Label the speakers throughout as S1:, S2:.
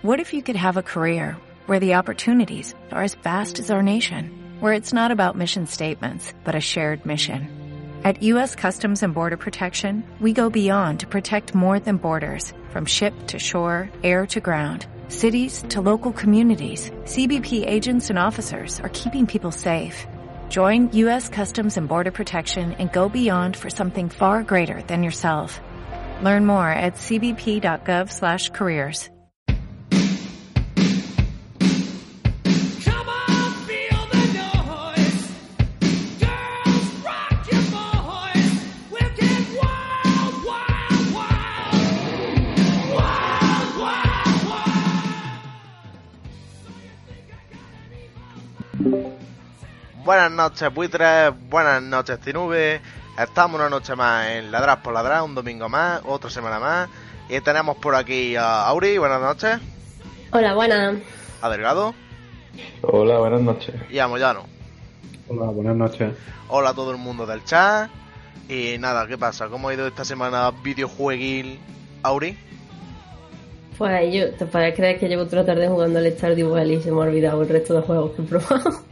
S1: What if you could have a career where the opportunities are as vast as our nation, where it's not about mission statements, but a shared mission? At U.S. Customs and Border Protection, we go beyond to protect more than borders, from ship to shore, air to ground, cities to local communities. CBP agents and officers are keeping people safe. Join U.S. Customs and Border Protection and go beyond for something far greater than yourself. Learn more at cbp.gov/careers.
S2: Buenas noches, buitres, buenas noches, Tinube. Estamos una noche más en Ladrar por Ladrar, un domingo más, otra semana más. Y tenemos por aquí a Auri, buenas noches.
S3: Hola, buenas.
S2: A Delgado.
S4: Hola, buenas noches.
S2: Y a Moyano.
S5: Hola, buenas noches.
S2: Hola a todo el mundo del chat. Y nada, ¿qué pasa? ¿Cómo ha ido esta semana videojueguil, Auri?
S3: Pues yo, te puedes creer que llevo toda la tarde jugando al Stardew Valley y se me ha olvidado el resto de juegos que he probado.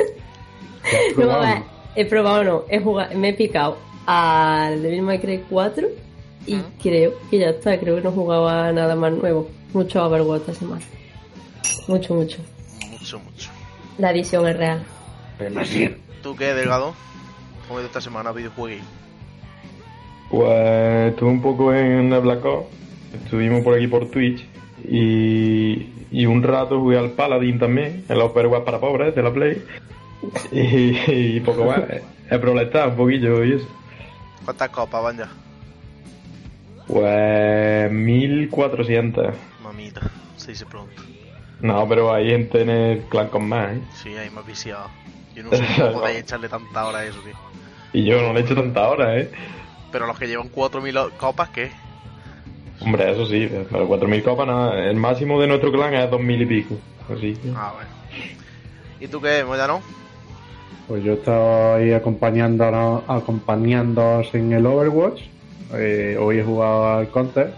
S3: No, he probado, no, he jugado, me he picado al Devil May Cry 4 y creo que ya está, creo que no jugaba nada más nuevo. Mucho Overwatch esta semana. Mucho.
S2: Mucho.
S3: La edición es real.
S2: ¿Tú qué, Delgado? ¿Cómo ha ido esta semana videojueguil?
S4: Pues estuve un poco en el Black Ops, estuvimos por aquí por Twitch y un rato jugué al Paladin también, en la Overwatch para pobres de la Play. Y poco más, he prolestado un poquillo y eso.
S2: ¿Cuántas copas van ya?
S4: Pues 1400.
S2: Mamita, se dice pronto.
S4: No, pero hay gente en el clan con más, ¿eh?
S2: Sí, ahí me ha viciado. Yo no sé cómo podéis echarle tantas horas a eso, tío.
S4: Y yo no le he hecho tantas horas, ¿eh?
S2: Pero los que llevan 4000 copas, ¿qué?
S4: Hombre, eso sí, pero 4000 copas nada. El máximo de nuestro clan es 2000 y pico. Así que...
S2: Ah, bueno. ¿Y tú qué, Moyano?
S5: Pues yo estaba ahí acompañándoos en el Overwatch. Hoy he jugado al Counter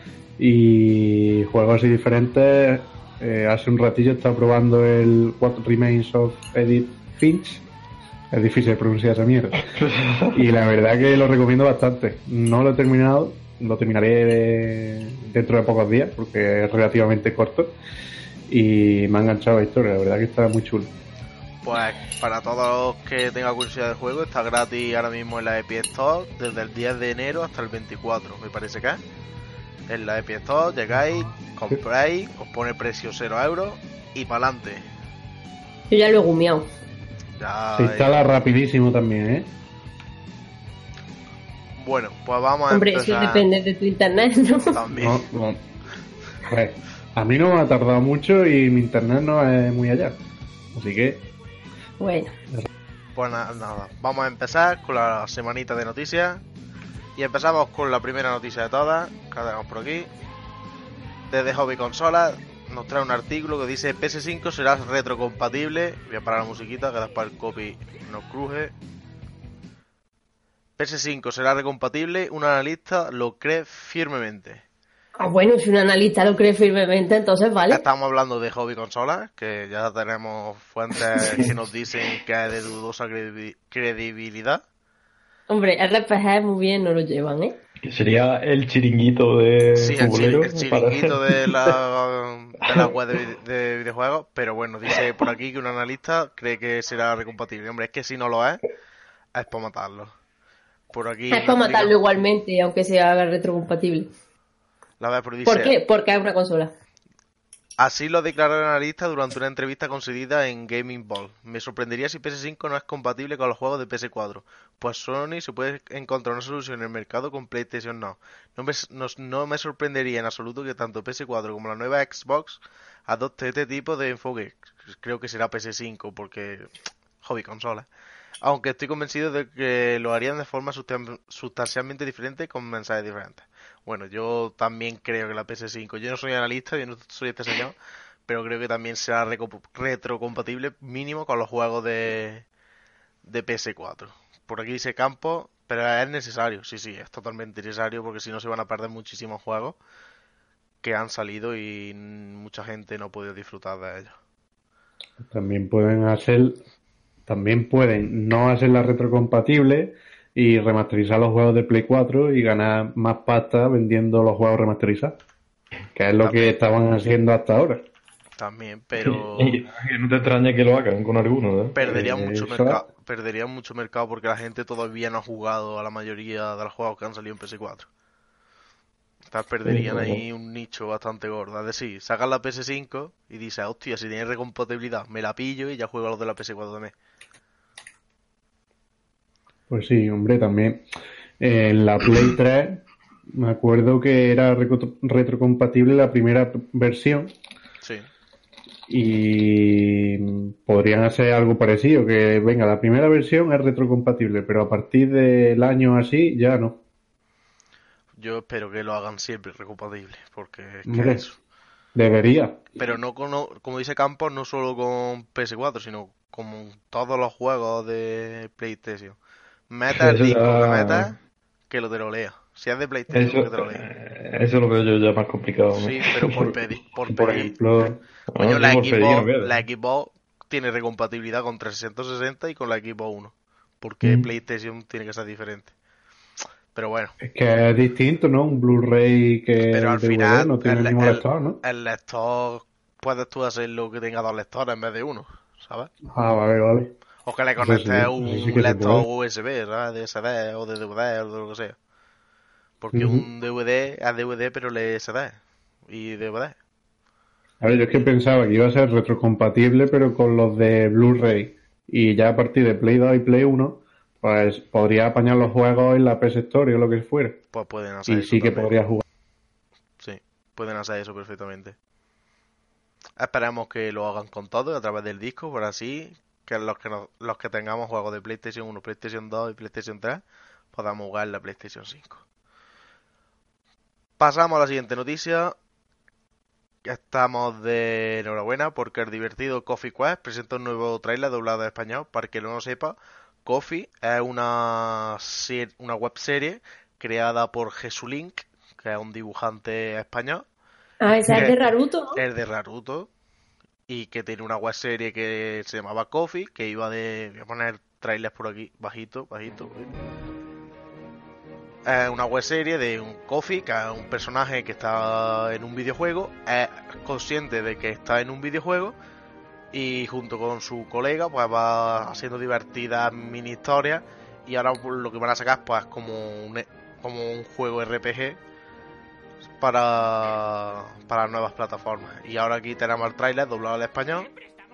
S5: y juegos así diferentes. Hace un ratillo estaba probando el What Remains of Edith Finch. Es difícil de pronunciar esa mierda. Y la verdad que lo recomiendo bastante. No lo he terminado, lo terminaré dentro de pocos días porque es relativamente corto. Y me ha enganchado la historia, la verdad que está muy chulo.
S2: Pues para todos los que tengan curiosidad del juego, está gratis ahora mismo en la Epic Store desde el 10 de enero hasta el 24, me parece que es. En la Epic Store llegáis, compráis, os pone precio 0 euros y para adelante.
S3: Yo ya lo he gumiado.
S5: Se instala rapidísimo también, ¿eh?
S2: Bueno, pues vamos a
S3: Hombre,
S2: empezar.
S3: eso depende de tu internet, ¿no?
S2: También.
S5: No. Pues, a mí no me ha tardado mucho y mi internet no es muy allá. Así que...
S3: Bueno.
S2: Pues nada, vamos a empezar con la semanita de noticias. Y empezamos con la primera noticia de todas, que tenemos por aquí. Desde Hobby Consolas nos trae un artículo que dice PS5 será retrocompatible. Voy a parar la musiquita, que después el copy nos cruje. PS5 será recompatible, un analista lo cree firmemente.
S3: Ah, bueno, si un analista lo cree firmemente, entonces vale.
S2: Estamos hablando de Hobby Consolas, que ya tenemos fuentes que nos dicen que es de dudosa credibilidad.
S3: Hombre, RPG muy bien no lo llevan, ¿eh?
S4: Que sería el chiringuito de
S2: Sí, el
S4: futboleros,
S2: chiringuito de la web de videojuegos, pero bueno, dice por aquí que un analista cree que será recompatible. Hombre, es que si no lo es para matarlo. Por aquí
S3: es para matarlo igualmente, aunque se haga retrocompatible.
S2: La verdad, pero dice,
S3: ¿por qué? Porque es una consola.
S2: Así lo declaró el analista durante una entrevista concedida en Gaming Ball. Me sorprendería si PS5 no es compatible con los juegos de PS4, pues Sony se puede encontrar una solución en el mercado con PlayStation Now. No me sorprendería en absoluto que tanto PS4 como la nueva Xbox adopte este tipo de enfoque. Creo que será PS5 porque hobby consola. Aunque estoy convencido de que lo harían de forma sustancialmente diferente con mensajes diferentes. Bueno, yo también creo que la PS5, yo no soy analista, yo no soy este señor, pero creo que también será retrocompatible mínimo con los juegos de PS4. Por aquí dice Campo, pero es necesario, sí, es totalmente necesario porque si no se van a perder muchísimos juegos que han salido y mucha gente no ha podido disfrutar de ellos.
S5: También pueden no hacerla retrocompatible y remasterizar los juegos de Play 4 y ganar más pasta vendiendo los juegos remasterizados, que es lo que estaban haciendo hasta ahora.
S2: También, pero
S4: Y no te extraña que lo hagan con algunos, ¿eh?
S2: perderían mucho
S5: eso-
S2: mercado, perderían mucho mercado porque la gente todavía no ha jugado a la mayoría de los juegos que han salido en PS4. Entonces perderían
S4: Sí,
S2: ahí un nicho bastante gordo. Es decir, sacan la PS5 y dices, hostia, si tiene recompatibilidad, me la pillo y ya juego a los de la PS4 también.
S5: Pues sí, hombre, también en la Play 3 me acuerdo que era retrocompatible la primera versión
S2: Sí,
S5: y podrían hacer algo parecido, que venga, la primera versión es retrocompatible, pero a partir del año así ya no.
S2: yo espero que lo hagan siempre recompatible, porque es que
S5: Hombre,
S2: eso.
S5: debería.
S2: Pero no con, como dice Campos, no solo con PS4, sino con todos los juegos de PlayStation. Meta el
S4: Eso
S2: disco que
S4: ya-
S2: metas, que lo te lo lea. Si es de PlayStation,
S4: Eso,
S2: que te lo lea.
S4: eso lo veo yo ya más complicado, ¿no?
S2: Sí, pero por pedir. Por
S5: Por
S2: pedir.
S5: ejemplo,
S2: Coño,
S4: no,
S2: la
S4: por pedir, no queda.
S2: Xbox tiene recompatibilidad con 360 y con la Xbox One. Porque PlayStation tiene que ser diferente. Pero bueno,
S5: es que es distinto, ¿no? Un Blu-ray que
S2: pero al
S5: el DVD
S2: final
S5: no tiene el mismo lector, ¿no?
S2: el lector puedes tú hacerlo que tenga dos lectores en vez de uno, ¿sabes?
S5: Ah, vale, vale.
S2: O que le
S5: Eso
S2: conectes
S5: sí,
S2: un
S5: eso sí que se
S2: lector
S5: puede.
S2: USB, ¿sabes? De SD o de DVD o de lo que sea. Porque
S5: Ujú.
S2: un DVD es DVD pero lee SD y DVD.
S5: A ver, yo es que pensaba que iba a ser retrocompatible, pero con los de Blu-ray. Y ya a partir de Play 2 y Play 1, pues podría apañar los juegos en la PS Store o lo que fuera.
S2: Pues pueden hacer
S5: Y
S2: eso
S5: sí que
S2: también.
S5: podría jugar.
S2: Sí, pueden hacer eso perfectamente. Esperemos que lo hagan con todo a través del disco, por así que los que tengamos juegos de PlayStation 1, PlayStation 2 y PlayStation 3 podamos jugar en la PlayStation 5. Pasamos a la siguiente noticia. Estamos de enhorabuena porque el divertido Coffee Quest presenta un nuevo tráiler doblado en español. Para que no lo sepa, Coffee es una web serie creada por Jesulink, que es un dibujante español.
S3: Ah, esa es
S2: Que
S3: de Naruto, ¿no?
S2: es de Naruto y que tiene una web serie que se llamaba Coffee, que iba de... Voy a poner trailers por aquí, bajito, bajito. Es una web serie de un Coffee, que es un personaje que está en un videojuego, es consciente de que está en un videojuego y junto con su colega pues va haciendo divertidas mini historias y ahora pues, lo que van a sacar pues como un juego RPG para nuevas plataformas. Y ahora aquí tenemos el tráiler doblado al español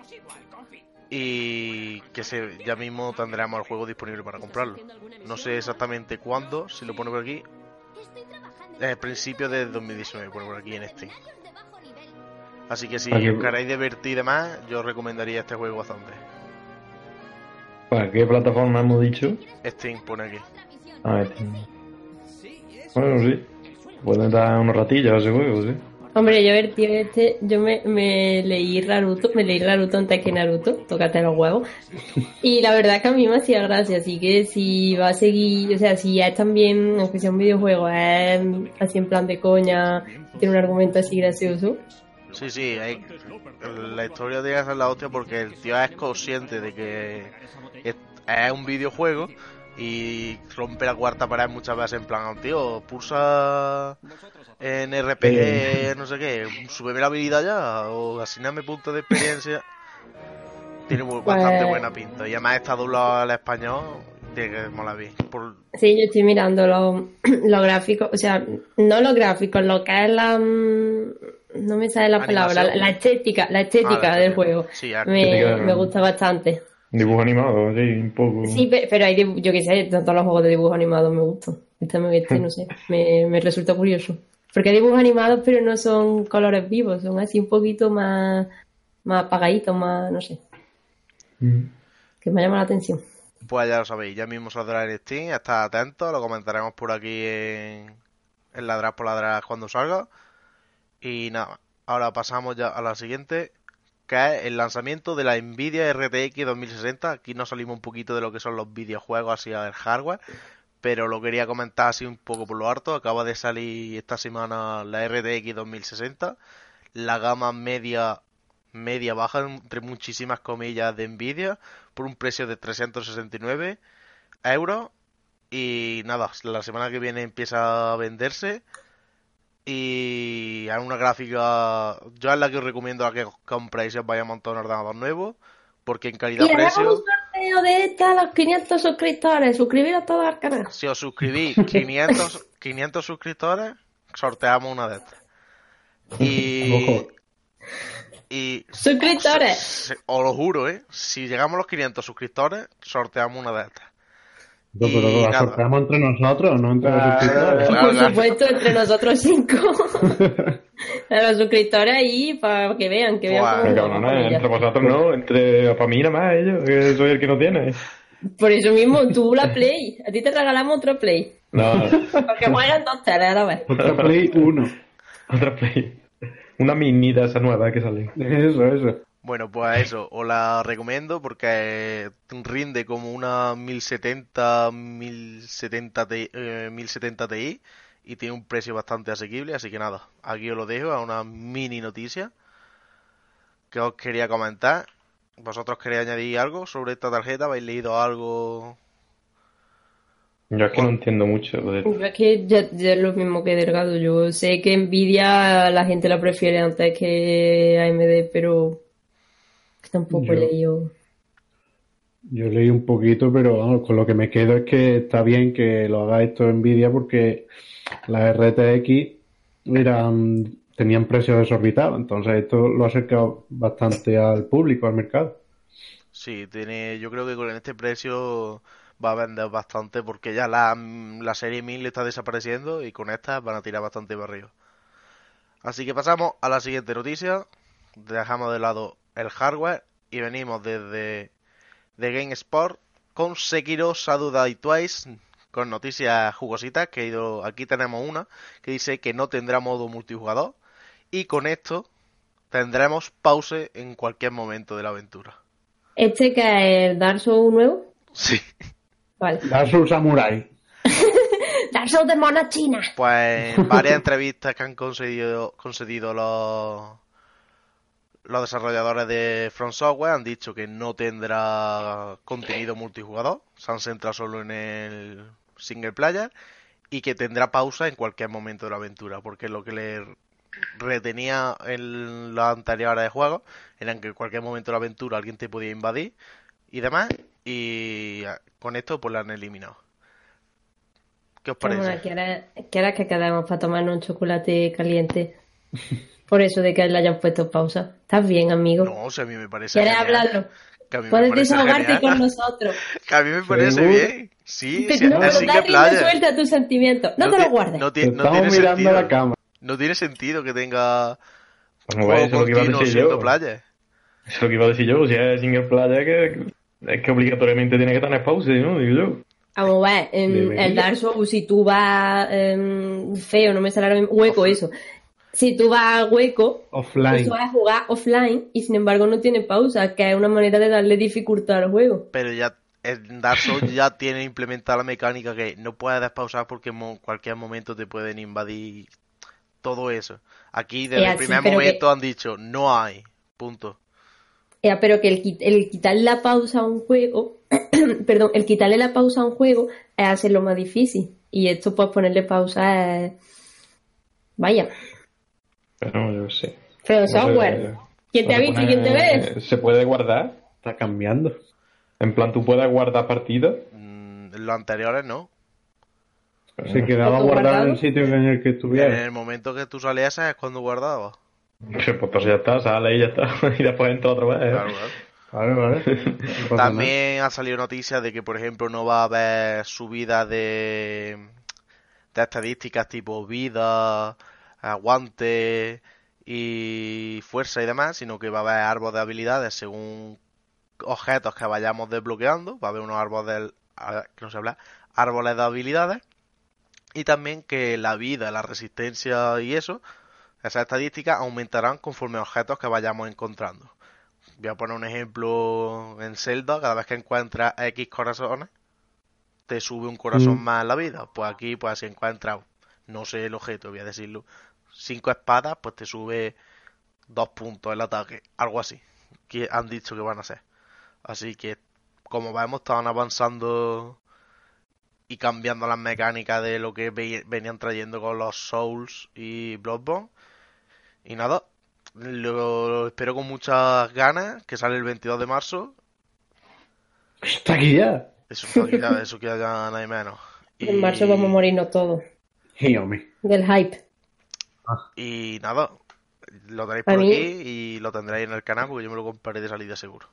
S2: y que ya mismo tendremos el juego disponible para comprarlo. No sé exactamente cuándo, si lo pone por aquí. En el principio de 2019, pone por aquí en Steam. Así que si
S4: Aquí-
S2: os queréis divertir y demás, yo os recomendaría este juego bastante.
S4: ¿Para qué plataforma hemos dicho?
S2: Steam pone aquí.
S4: Ah, bueno, sí. Pueden dar unos ratillos a ese juego, sí.
S3: Hombre, yo el tío yo me leí Naruto antes que Naruto, tócate los huevos. Y la verdad que a mí me hacía gracia, así que si va a seguir, o sea, si es también, aunque sea un videojuego, es así en plan de coña, tiene un argumento así gracioso.
S2: Sí, la historia tiene que ser la hostia porque el tío es consciente de que es un videojuego y rompe la cuarta pared muchas veces en plan, tío, pulsa en RPG, no sé qué, súbeme la habilidad ya o asigname puntos de experiencia. Tiene bastante buena pinta y además está doblado al español, tiene que molar bien.
S3: Sí, yo estoy mirando los gráficos, o sea, no los gráficos, lo que es no me sale la palabra, la estética del juego.
S2: Sí,
S3: me gusta bastante.
S4: Dibujo animado, sí, un poco.
S3: Sí, pero hay yo qué sé, todos los juegos de dibujos animados me gustan. No sé, me resulta curioso. Porque hay dibujos animados, pero no son colores vivos, son así un poquito más apagaditos, más, no sé. Que me llama la atención.
S2: Pues ya lo sabéis, ya mismo saldrá en Steam, estad atentos, lo comentaremos por aquí en Ladras por Ladras cuando salga. Y nada, ahora pasamos ya a la siguiente, que es el lanzamiento de la Nvidia RTX 2060. Aquí nos salimos un poquito de lo que son los videojuegos hacia el hardware, pero lo quería comentar así un poco por lo harto. Acaba de salir esta semana la RTX 2060, la gama media baja, entre muchísimas comillas, de Nvidia, por un precio de 369 euros. Y nada, la semana que viene empieza a venderse. Y hay una gráfica, yo es la que os recomiendo a que os compréis si os vais a montar un ordenador nuevo, porque en
S3: Y
S2: calidad-precio,
S3: hagamos un sorteo de esta a los 500 suscriptores. Suscribiros todos al canal.
S2: si os suscribís 500 suscriptores, sorteamos una de estas.
S5: Ojo.
S2: Y
S3: Suscriptores.
S2: os lo juro, si llegamos a los 500 suscriptores, sorteamos una de estas.
S5: No, pero
S2: Y
S5: la
S2: nada.
S5: sorteamos entre nosotros, no entre los suscriptores.
S2: Claro,
S3: Por
S2: claro.
S3: supuesto, entre nosotros 5. A los suscriptores ahí para que vean,
S2: Pues,
S3: cómo
S4: Pero
S3: jugamos con
S4: cabrones,
S3: ella.
S4: entre vosotros no, para mí nada más ellos, que soy el que no tiene.
S3: Por eso mismo, tú la Play. A ti te regalamos otro Play.
S4: No,
S3: Porque juegan dos teles a la vez.
S5: Otra Play 1.
S4: otra play. Una mini de esa nueva que sale.
S5: Eso.
S2: Bueno, pues eso, os la recomiendo porque rinde como una 1070 Ti y tiene un precio bastante asequible, así que nada, aquí os lo dejo, a una mini noticia que os quería comentar. ¿Vosotros queréis añadir algo sobre esta tarjeta? ¿Habéis leído algo?
S4: Yo es que no entiendo mucho de
S3: Yo es que ya es lo mismo que Delgado. Yo sé que Nvidia la gente la prefiere antes que AMD, pero tampoco he
S5: Yo-
S3: leído.
S5: Yo leí un poquito, pero vamos, con lo que me quedo es que está bien que lo haga esto Nvidia porque las RTX tenían precios desorbitados, entonces esto lo ha acercado bastante al público, al mercado.
S2: Sí, yo creo que con este precio va a vender bastante porque ya la serie 1000 está desapareciendo y con esta van a tirar bastante para arriba. Así que pasamos a la siguiente noticia. Dejamos de lado el hardware y venimos desde de GameSpot con Sekiro Shadow Die Twice, con noticias jugositas que aquí tenemos una que dice que no tendrá modo multijugador y con esto tendremos pause en cualquier momento de la aventura.
S3: ¿Este que es el Dark Souls nuevo?
S2: Sí.
S3: Vale.
S5: Dark Souls Samurai.
S3: Dark Souls de mona china.
S2: Pues en varias entrevistas que han concedido los desarrolladores de From Software han dicho que no tendrá contenido multijugador, se han centrado solo en el single player y que tendrá pausa en cualquier momento de la aventura, porque lo que le retenía en los anteriores de juegos era que en cualquier momento de la aventura alguien te podía invadir y demás, y con esto pues la han eliminado. ¿Qué os parece?
S3: Bueno, que ahora que quedamos para tomarnos un chocolate caliente. Por eso de que le hayan puesto pausa. ¿Estás bien, amigo?
S2: No, o sea, a mí me parece
S3: ¿Quieres
S2: genial.
S3: hablarlo?
S2: Que a mí me
S3: Puedes
S2: parece
S3: desahogarte
S2: genial.
S3: con nosotros.
S2: Que a mí me parece
S5: ¿Seguro?
S2: bien. Sí, sí,
S3: No,
S2: es
S3: pero
S2: single
S3: da rienda
S2: player.
S3: suelta a tus sentimientos. No te lo guardes.
S2: No,
S5: Te
S2: no
S5: estamos
S2: tiene
S5: mirando
S2: sentido.
S5: a la cámara.
S2: No tiene sentido que tenga
S4: Vamos a ver,
S2: juego
S4: eso es lo que iba a
S2: continuo
S4: decir
S2: siendo
S4: yo.
S2: player.
S4: Eso es lo que iba a decir yo. Si es single player, es que obligatoriamente tiene que estar en pause, ¿no? Digo yo.
S3: Vamos a ver, en
S5: Debería.
S3: el Dark Souls, si tú vas feo, no me sale ahora mismo, hueco eso. Si tú vas a hueco,
S5: Offline.
S3: tú vas a jugar offline y sin embargo no tiene pausa, que es una manera de darle dificultad al juego.
S2: Pero ya en Dark Souls ya tiene implementada la mecánica que no puedes despausar porque en cualquier momento te pueden invadir todo eso. Aquí desde el
S3: así,
S2: primer
S3: pero
S2: momento han dicho no hay. Punto.
S3: Pero que el quitarle la pausa a un juego, perdón, el quitarle la pausa a un juego es hacerlo más difícil. Y esto, pues ponerle pausa es... Vaya,
S4: Pero yo sé.
S3: pero
S4: No sé,
S3: software. ¿Quién te ha
S4: se
S3: visto y quién te
S4: pone-
S3: ve?
S4: ¿Se puede guardar?
S5: Está cambiando.
S4: En plan, tú puedes guardar partidas.
S2: En los anteriores no.
S5: Se quedaba
S3: ¿Foto
S5: guardado en
S3: guardado?
S5: el sitio en el que
S2: En
S5: estuviera.
S2: el momento que tú salías es cuando guardabas.
S4: Pues entonces ya está, sale y ya está. Y después entra otra vez.
S2: Claro, claro.
S5: Vale. No pasa nada.
S2: También ha salido noticias de que, por ejemplo, no va a haber subida de estadísticas tipo vida, aguante y fuerza y demás, sino que va a haber árboles de habilidades según objetos que vayamos desbloqueando. Va a haber unos árboles de habilidades. Y también que la vida, la resistencia y eso, esas estadísticas aumentarán conforme a objetos que vayamos encontrando. Voy a poner un ejemplo en Zelda. Cada vez que encuentras X corazones, te sube un corazón más en la vida. Pues aquí, pues si encuentras, no sé el objeto, voy a decirlo, 5 espadas, pues te sube 2 puntos el ataque, algo así, que han dicho que van a ser. Así que, como vemos, estaban avanzando y cambiando las mecánicas de lo que venían trayendo con los Souls y Bloodborne. Y nada, lo espero con muchas ganas, que sale el 22 de marzo.
S5: Está aquí ya.
S2: Eso está aquí ya, eso queda ya nada menos.
S3: En marzo vamos a morirnos todos.
S5: Y hombre.
S3: Del hype.
S2: Y nada, lo tenéis por aquí y lo tendréis en el canal porque yo me lo compraré de salida seguro.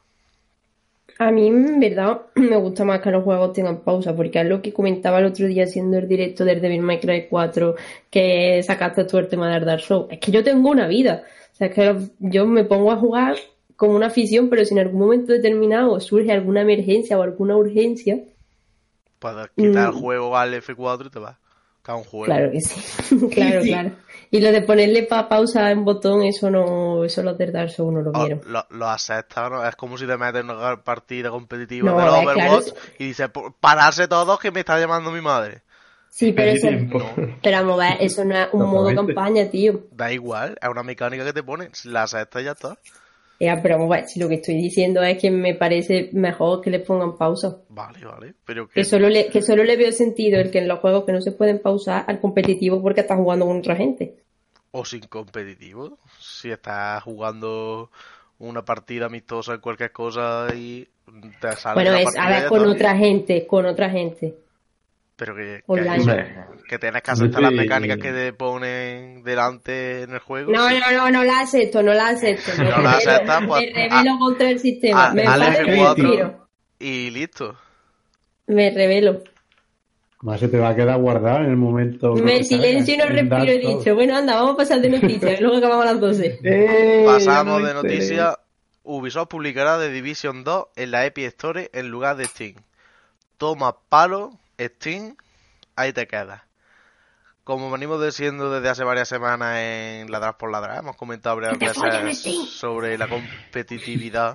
S3: A mí, en verdad, me gusta más que los juegos tengan pausa, porque es lo que comentaba el otro día haciendo el directo del Devil May Cry 4, que sacaste tú el tema del Dark Souls. Es que yo tengo una vida. O sea, es que yo me pongo a jugar como una afición, pero si en algún momento determinado surge alguna emergencia o alguna urgencia...
S2: Puedes quitar el juego al F4 y te vas. Cada un juego.
S3: Claro que sí. Claro. Y lo de ponerle pausa en botón, eso los del Dark Souls no lo quiero.
S2: Lo acepta, ¿no? Es como si te metes en una partida competitiva
S3: No,
S2: del Overwatch
S3: claro.
S2: y dices, pararse todos que me está llamando mi madre.
S3: Sí, pero eso...
S2: No,
S3: Pero vamos a ver, eso no es un modo campaña, tío.
S2: da igual, es una mecánica que te ponen, la aceptas y ya está.
S3: Pero vamos a ver, si lo que estoy diciendo es que me parece mejor que le pongan pausa.
S2: Vale, pero
S3: Que solo le veo sentido el que en los juegos que no se pueden pausar al competitivo porque estás jugando con otra gente.
S2: O sin competitivo, si estás jugando una partida amistosa en cualquier cosa y te sale
S3: Bueno,
S2: la
S3: es
S2: partida
S3: a ver
S2: ya
S3: con
S2: está.
S3: otra gente.
S2: Pero que
S3: Online.
S2: que tienes que aceptar las mecánicas que te ponen delante en el juego.
S3: No la acepto.
S2: No la aceptas, pues,
S3: me rebelo contra el sistema. Me
S2: al
S3: enfado y me
S2: F4
S3: retiro.
S2: y listo.
S3: Me revelo.
S5: Más se te va a quedar guardado en el momento.
S3: Me silencio y no respiro, he dicho. Bueno, anda, vamos a pasar de noticias. Luego acabamos a las 12.
S2: Pasamos de noticias. Ubisoft publicará The Division 2 en la Epic Store en lugar de Steam. Toma palo, Steam, ahí te quedas. Como venimos diciendo desde hace varias semanas en Ladrar por Ladrar, hemos comentado varias veces sobre la competitividad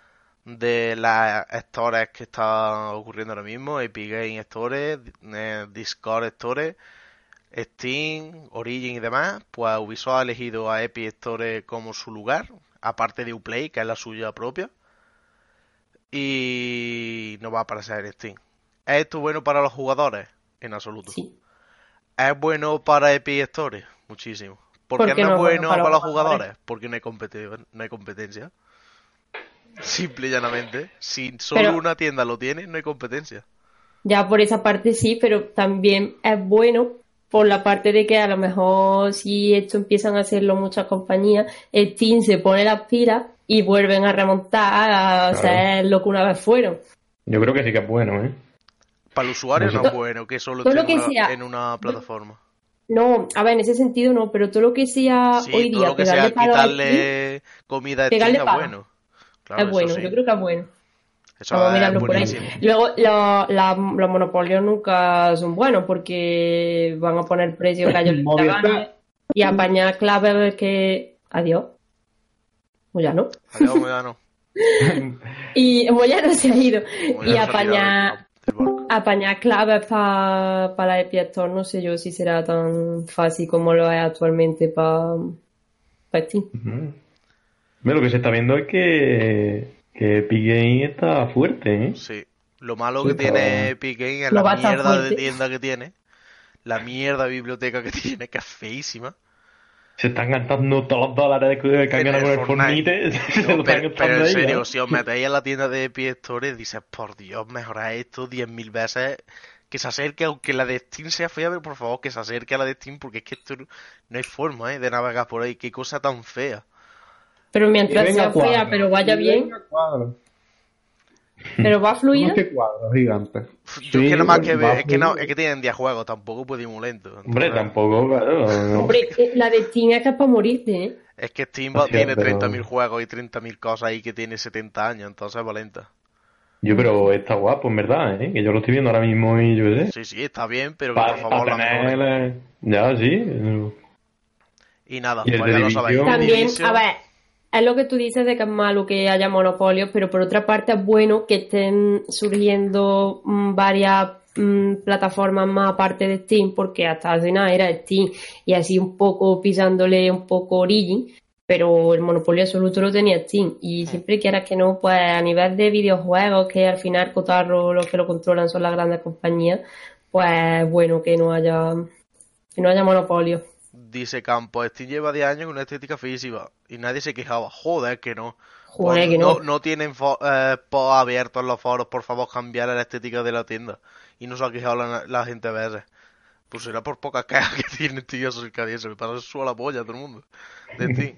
S2: de las stores que está ocurriendo ahora mismo, Epic Game Store, Discord Store, Steam, Origin y demás. Pues Ubisoft ha elegido a Epic Store como su lugar, aparte de Uplay, que es la suya propia, y no va a aparecer en Steam. ¿Es esto bueno para los jugadores? En absoluto.
S3: Sí.
S2: ¿Es bueno para Epic Store? Muchísimo. ¿Por qué no es bueno para los jugadores? Porque no hay competencia. Simple y llanamente. Si solo una tienda lo tiene, no hay competencia.
S3: Ya por esa parte sí, pero también es bueno por la parte de que a lo mejor si esto empiezan a hacerlo muchas compañías, Steam se pone las pilas y vuelven a remontar a hacer lo que una vez fueron.
S4: Yo creo que sí que es bueno, ¿eh?
S2: Para el usuario no es bueno que solo
S3: todo
S2: esté en una plataforma.
S3: No, a ver, en ese sentido no, pero todo lo que sea hoy día,
S2: todo lo que sea quitarle comida a Steam es bueno. Claro,
S3: es bueno,
S2: sí.
S3: yo creo que es bueno.
S2: Eso
S3: Vamos a
S2: es
S3: mirarlo por ahí.
S2: buenísimo.
S3: Luego, los monopolios nunca son buenos porque van a poner precios que a ellos les da gana y apañar claves que... Adiós. Moyano.
S2: Adiós, Moyano.
S3: Y Moyano se ha ido.
S2: Moyano
S3: Y
S2: se ha tirado del barco.
S3: apañar claves para la Epic Store, no sé yo si será tan fácil como lo es actualmente para Steam.
S4: Lo que se está viendo es que Epic Game está fuerte, ¿eh?
S2: Sí. Lo malo que tiene Epic Game es la mierda de tienda que tiene. La mierda de biblioteca que tiene, que es feísima.
S4: Se están gastando todos los dólares que han ganado con el Fortnite.
S2: No, pero en serio, si os metéis en la tienda de Epic Store, dices, por Dios, mejorad esto 10.000 veces. Que se acerque, aunque la de Steam sea fea, pero por favor que se acerque a la de Steam, porque es que esto no hay forma de navegar por ahí. Qué cosa tan fea.
S3: Pero mientras sea fea, pero vaya bien. Pero va fluida.
S5: ¿Qué cuadros gigantes?
S2: Yo es que nada más que veo, es que tienen 10 juegos, tampoco puede ir muy lento. Entonces,
S4: Hombre, tampoco, claro. No.
S3: Hombre, la de Steam es que es para morirte, ¿eh?
S2: Es que Steam
S4: Hostia,
S2: tiene
S4: pero...
S2: 30.000 juegos y 30.000 cosas ahí que tiene 70 años, entonces va lenta.
S4: Pero está guapo, en verdad, ¿eh? Que yo lo estoy viendo ahora mismo y yo qué sé.
S2: Sí, está bien, pero que por favor la mejoren.
S4: Ya, sí.
S2: Y nada,
S4: ¿Y
S2: pues ya lo sabéis.
S3: También, a ver, es lo que tú dices de que es malo que haya monopolios, pero por otra parte es bueno que estén surgiendo varias plataformas más aparte de Steam, porque hasta hace nada era Steam y así un poco pisándole un poco Origin, pero el monopolio absoluto lo tenía Steam. Y siempre quieras que no, pues a nivel de videojuegos, que al final Cotarro los que lo controlan son las grandes compañías, pues bueno, que no haya monopolio.
S2: Dice Campos, Steam lleva 10 años con una estética feísima y nadie se quejaba. Joder, que no.
S3: Joder, que no.
S2: No tienen posts abiertos en los foros, por favor, cambiar la estética de la tienda. Y no se ha quejado la gente a veces. Pues será por pocas quejas que tienen, tío, acerca de eso. Me pasa su a la polla a todo el mundo. De Steam.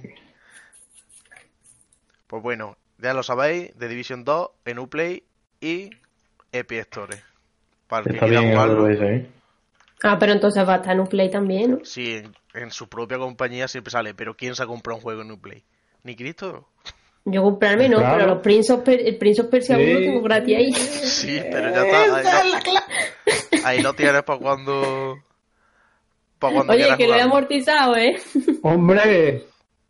S2: Pues bueno, ya lo sabéis, The Division 2 en Uplay y Epic Store. Para el que
S4: Está
S2: quiera
S4: bien el
S2: jugarlo.
S4: otro ese, ¿eh?
S3: Ah, pero entonces va a estar en Uplay también, ¿no?
S2: Sí, en su propia compañía siempre sale. Pero ¿quién se ha comprado un juego en Uplay? ¿Ni Cristo?
S3: Yo comprarme no,
S5: Claro.
S3: pero el Prince of Persia 1 lo tengo gratis ahí.
S2: Sí, pero ya está. Ahí lo tienes para cuando. Para cuando
S3: Oye,
S2: quieras
S3: que lo he
S2: jugarlo.
S3: amortizado, ¿eh?
S5: ¡Hombre!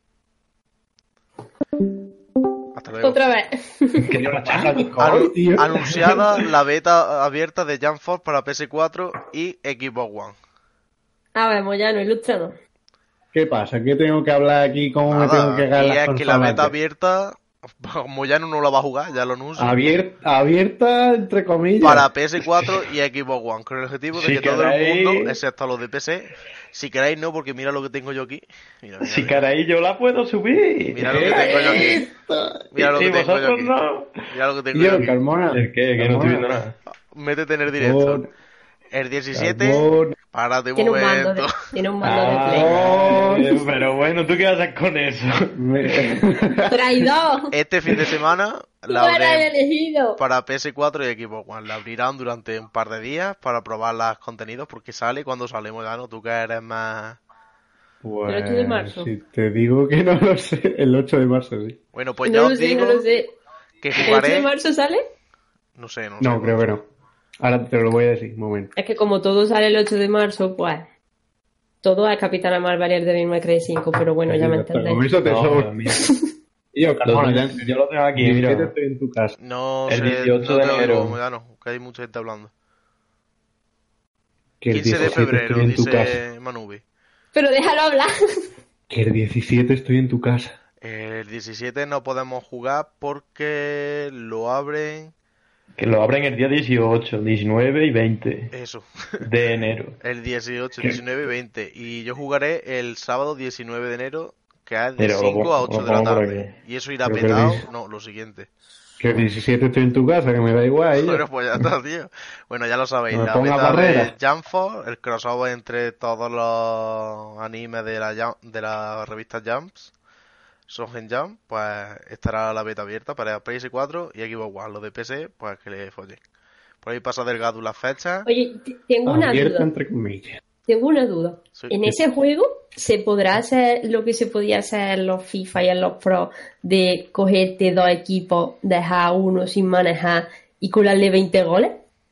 S2: Hasta luego.
S3: Otra vez.
S4: Que yo la charla de
S5: tío.
S2: Anunciada la beta abierta de Jump Force para PS4 y Xbox One.
S3: A ver, Moyano, ilústranos.
S5: ¿Qué pasa? ¿Qué tengo que hablar aquí? ¿Cómo me tengo que
S2: Y
S5: ganar
S2: es
S5: las
S2: que la beta
S5: consolas?
S2: abierta, como ya no la va a jugar, ya lo anuncio.
S5: Abierta, entre comillas.
S2: Para PS4 y Xbox One, con el objetivo de
S4: Si
S2: que todo el
S4: queréis-
S2: mundo, excepto los de PC, si queréis no, porque mira lo que tengo yo aquí. Mira, mira,
S4: Si
S2: mira.
S4: caray, yo la puedo subir.
S2: Mira lo que tengo yo aquí. Mira lo
S4: y
S2: que tengo yo
S4: vosotros
S2: aquí.
S4: no.
S2: Mira lo que tengo yo
S5: Tío,
S2: aquí.
S5: Carmona.
S4: ¿El qué? Que no estoy viendo nada.
S2: Métete en el directo. El 17,
S5: Carbón.
S2: párate un
S3: Tiene un mando
S2: momento.
S3: tiene un mando de Play.
S4: Pero bueno, ¿tú qué haces con eso?
S3: ¡Traidor!
S2: Este fin de semana
S3: ¡Tú
S2: la
S3: eras el
S2: abren
S3: elegido!
S2: para PS4 y Xbox One. La abrirán durante un par de días para probar los contenidos porque sale cuando salemos ya, ¿no? Tú que eres más...
S5: Pues,
S3: El 8 de marzo.
S5: Si te digo que no lo sé, el 8 de marzo, sí.
S2: Bueno, pues
S3: No
S2: ya
S3: lo
S2: os
S3: sé,
S2: digo
S3: no lo sé.
S2: que
S3: ¿El 8 de
S2: jugaré...
S3: marzo sale?
S2: No sé, no sé.
S5: No, creo que no. Ahora te lo voy a decir, un momento.
S3: Es que como todo sale el 8 de marzo, pues... Todo es Capitana Marvel y el Devil May Cry 5, pero bueno, ya me
S5: Con
S3: entendéis.
S5: eso te
S4: No,
S5: sobra.
S4: mira.
S5: Y yo, Carmona, ya en
S4: Yo lo tengo aquí, mira.
S5: 17 estoy en tu casa.
S2: No
S4: El
S2: sé,
S4: 18
S2: no
S4: de
S2: te
S4: enero.
S2: oigo, ya no, que hay mucha gente hablando.
S5: Que el
S2: 15 de
S5: 17
S2: febrero,
S5: estoy en tu casa.
S2: dice Manubi.
S3: Pero déjalo hablar.
S5: Que el 17 estoy en tu casa.
S2: El 17 no podemos jugar porque lo abren...
S4: Que lo abren el día 18, 19 y 20
S2: Eso.
S4: de enero.
S2: El 18, 19 y 20. Y yo jugaré el sábado 19 de enero, que es de
S4: Pero
S2: 5 a
S4: lo
S2: 8 de la
S4: pongo por
S2: tarde. Y eso irá
S5: Pero que
S2: petado.
S5: dices.
S2: No, lo siguiente.
S5: Que el 17 estoy en tu casa, que me da igual. ¿eh?
S2: Bueno, pues ya está, tío. Bueno, ya lo sabéis.
S5: No me
S2: La
S5: ponga
S2: beta
S5: barrera.
S2: de Jump Force, el crossover entre todos los animes de la revista Jumps, Shonen Jump, pues estará la beta abierta para PS4 y Xbox One. Los de PC, pues que le follen. Por ahí pasa Delgado las fechas.
S3: Oye, tengo una
S5: Abierta
S3: duda.
S5: entre comillas.
S3: Tengo una duda.
S2: Sí.
S3: En ese juego se podrá hacer lo que se podía hacer en los FIFA y en los Pro de cogerte dos equipos, dejar uno sin manejar y colarle 20 goles.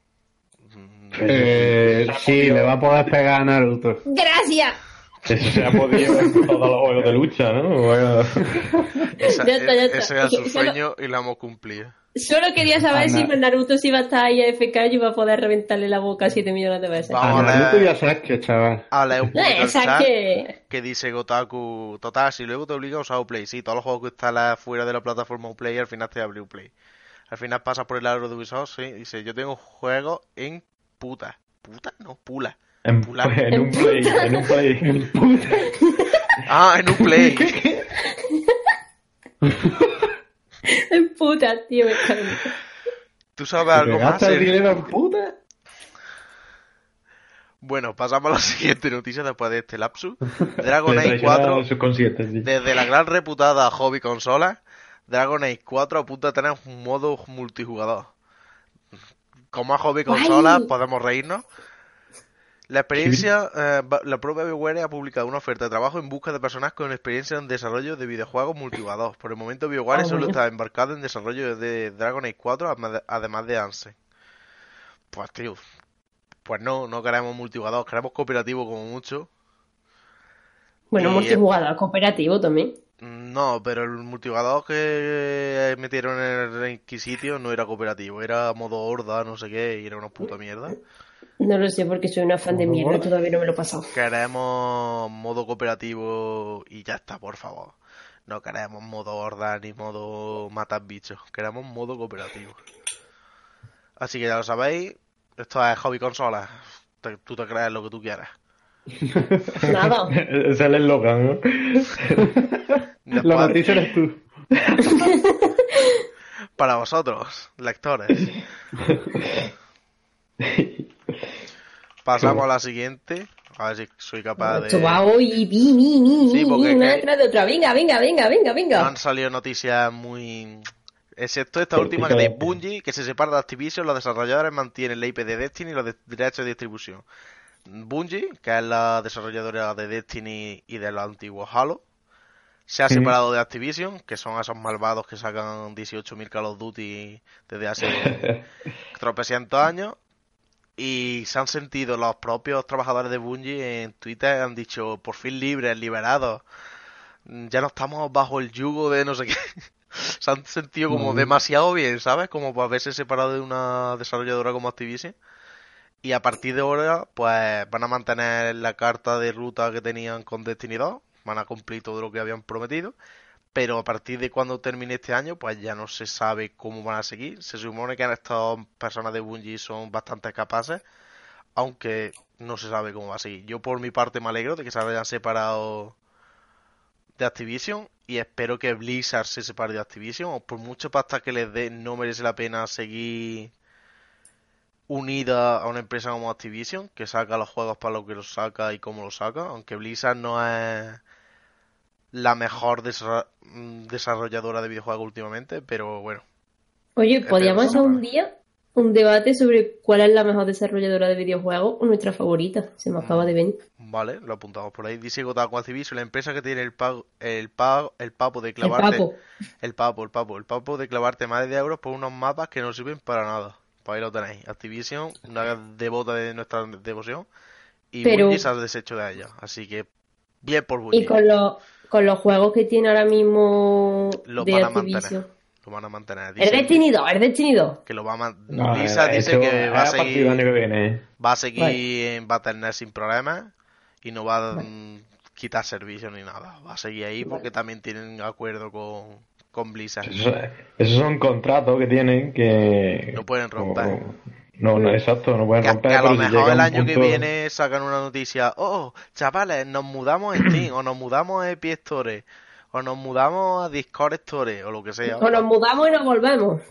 S5: Sí, le va a poder pegar a Naruto.
S3: ¡Gracias!
S4: Eso se ha podido en todos los juegos de lucha, ¿no? Bueno,
S3: Ya está, ya está.
S2: Ese era su
S3: Solo-
S2: sueño y lo hemos cumplido.
S3: Solo quería saber
S5: Anda.
S3: si Naruto si iba a estar ahí AFK y iba a poder reventarle la boca 7 millones de veces.
S2: Vamos
S5: A
S2: a
S5: Naruto y
S2: leer,
S5: a Sasuke, chaval.
S2: a leer un poquito el
S3: Esa
S2: chat
S3: que...
S2: dice Gotaku. Total, si luego te obliga a usar Uplay. Sí, todos los juegos que están fuera de la plataforma Uplay al final te abre Uplay. Al final pasa por el aro de Ubisoft, sí. Dice, yo tengo juegos en puta. ¿Puta? No, pula.
S4: en,
S2: Pula.
S4: en un play, en un play.
S2: Ah, en Uplay.
S3: Puta, tío, me cago en-
S2: ¿Tú sabes algo
S5: ¿Te
S2: más,
S5: gastas el
S2: Sergio?
S5: dinero en puta?
S2: Bueno, pasamos a la siguiente noticia después de este lapsus. Dragon
S4: Le
S2: Age
S4: traiciona
S2: 4,
S4: el subconsciente, sí.
S2: desde la gran reputada Hobby Consola, Dragon Age 4 apunta a tener un modo multijugador. Como a Hobby
S3: ¡Guay!
S2: Consola podemos reírnos. La experiencia, la propia BioWare ha publicado una oferta de trabajo en busca de personas con experiencia en desarrollo de videojuegos multijugador. Por el momento BioWare solo
S3: bueno.
S2: está embarcado en desarrollo de Dragon Age 4, además de Ansem. Pues tío, pues no queremos multijugador, queremos cooperativo como mucho.
S3: Bueno,
S2: Y-
S3: multijugador cooperativo también.
S2: No, pero el multijugador que metieron en el requisito no era cooperativo, era modo horda, no sé qué, y era una puta mierda.
S3: No lo sé porque soy una fan de mierda, todavía no me lo he pasado.
S2: Queremos modo cooperativo y ya está, por favor. No queremos modo horda ni modo matar bichos, queremos modo cooperativo. Así que ya lo sabéis, esto es Hobby Consolas. Tú te crees lo que tú quieras.
S3: Nada.
S4: Ese es el eslogan, ¿no?
S2: Después,
S5: La noticia eres tú.
S2: para vosotros, lectores. Pasamos a la siguiente. A ver si soy capaz de...
S3: Esto va hoy,
S2: Sí, porque
S3: una
S2: que-
S3: detrás de otra. Venga.
S2: No han salido noticias muy... Excepto esta última que de Bungie, que se separa de Activision, los desarrolladores mantienen la IP de Destiny y los derechos de distribución. Bungie, que es la desarrolladora de Destiny y de los antiguos Halo, se ha separado de Activision, que son esos malvados que sacan 18.000 Call of Duty desde hace tropecientos años. Y se han sentido los propios trabajadores de Bungie en Twitter, han dicho, por fin libres, liberados. Ya no estamos bajo el yugo de no sé qué. Se han sentido como demasiado bien, ¿sabes? Como para haberse separado de una desarrolladora como Activision. Y a partir de ahora, pues van a mantener la carta de ruta que tenían con Destiny 2. Van a cumplir todo lo que habían prometido. Pero a partir de cuando termine este año, pues ya no se sabe cómo van a seguir. Se supone que estas personas de Bungie son bastante capaces, aunque no se sabe cómo va a seguir. Yo por mi parte me alegro de que se hayan separado de Activision y espero que Blizzard se separe de Activision, o por mucho pasta que les dé, no merece la pena seguir unida a una empresa como Activision, que saca los juegos para lo que los saca y cómo los saca, aunque Blizzard no es la mejor desarrolladora de videojuegos últimamente, pero bueno.
S3: Oye, podríamos hacer
S2: Espero.
S3: un día un debate sobre cuál es la mejor desarrolladora de videojuegos o nuestra favorita. Se me acaba de venir.
S2: Vale, lo apuntamos por ahí. Dice Gotaku Activision, la empresa que tiene el papo de clavarte...
S3: El papo.
S2: El papo de clavarte más de euros por unos mapas que no sirven para nada. Pues ahí lo tenéis. Activision, una devota de nuestra devoción. Y
S3: Pero-
S2: Bungie se ha deshecho de ella. Así que, bien por Bungie.
S3: Y con los juegos que tiene ahora mismo
S2: Los
S3: de
S2: van a mantener.
S3: Activision.
S2: Lo van a mantener.
S3: El
S2: Dicen
S3: Destiny 2, el Destiny 2.
S2: que lo va a mantener.
S4: No,
S2: Blizzard dice
S4: eso
S2: que va a
S4: es a partir del año
S2: seguir...
S4: que viene.
S2: Va a seguir
S3: Vale.
S2: en Battle.net sin problemas y no va a quitar servicio ni nada. Va a seguir ahí porque también tienen acuerdo con Blizzard.
S4: Esos son contratos que tienen que...
S2: No pueden romper.
S4: No, exacto, no pueden
S2: Que
S4: romper.
S2: a lo
S4: pero si
S2: mejor
S4: llega
S2: el
S4: un
S2: año que
S4: punto-
S2: viene sacan una noticia. Oh, chavales, nos mudamos a Steam o nos mudamos a Epic Store o nos mudamos a Discord Store o lo que sea.
S3: O nos mudamos y nos volvemos.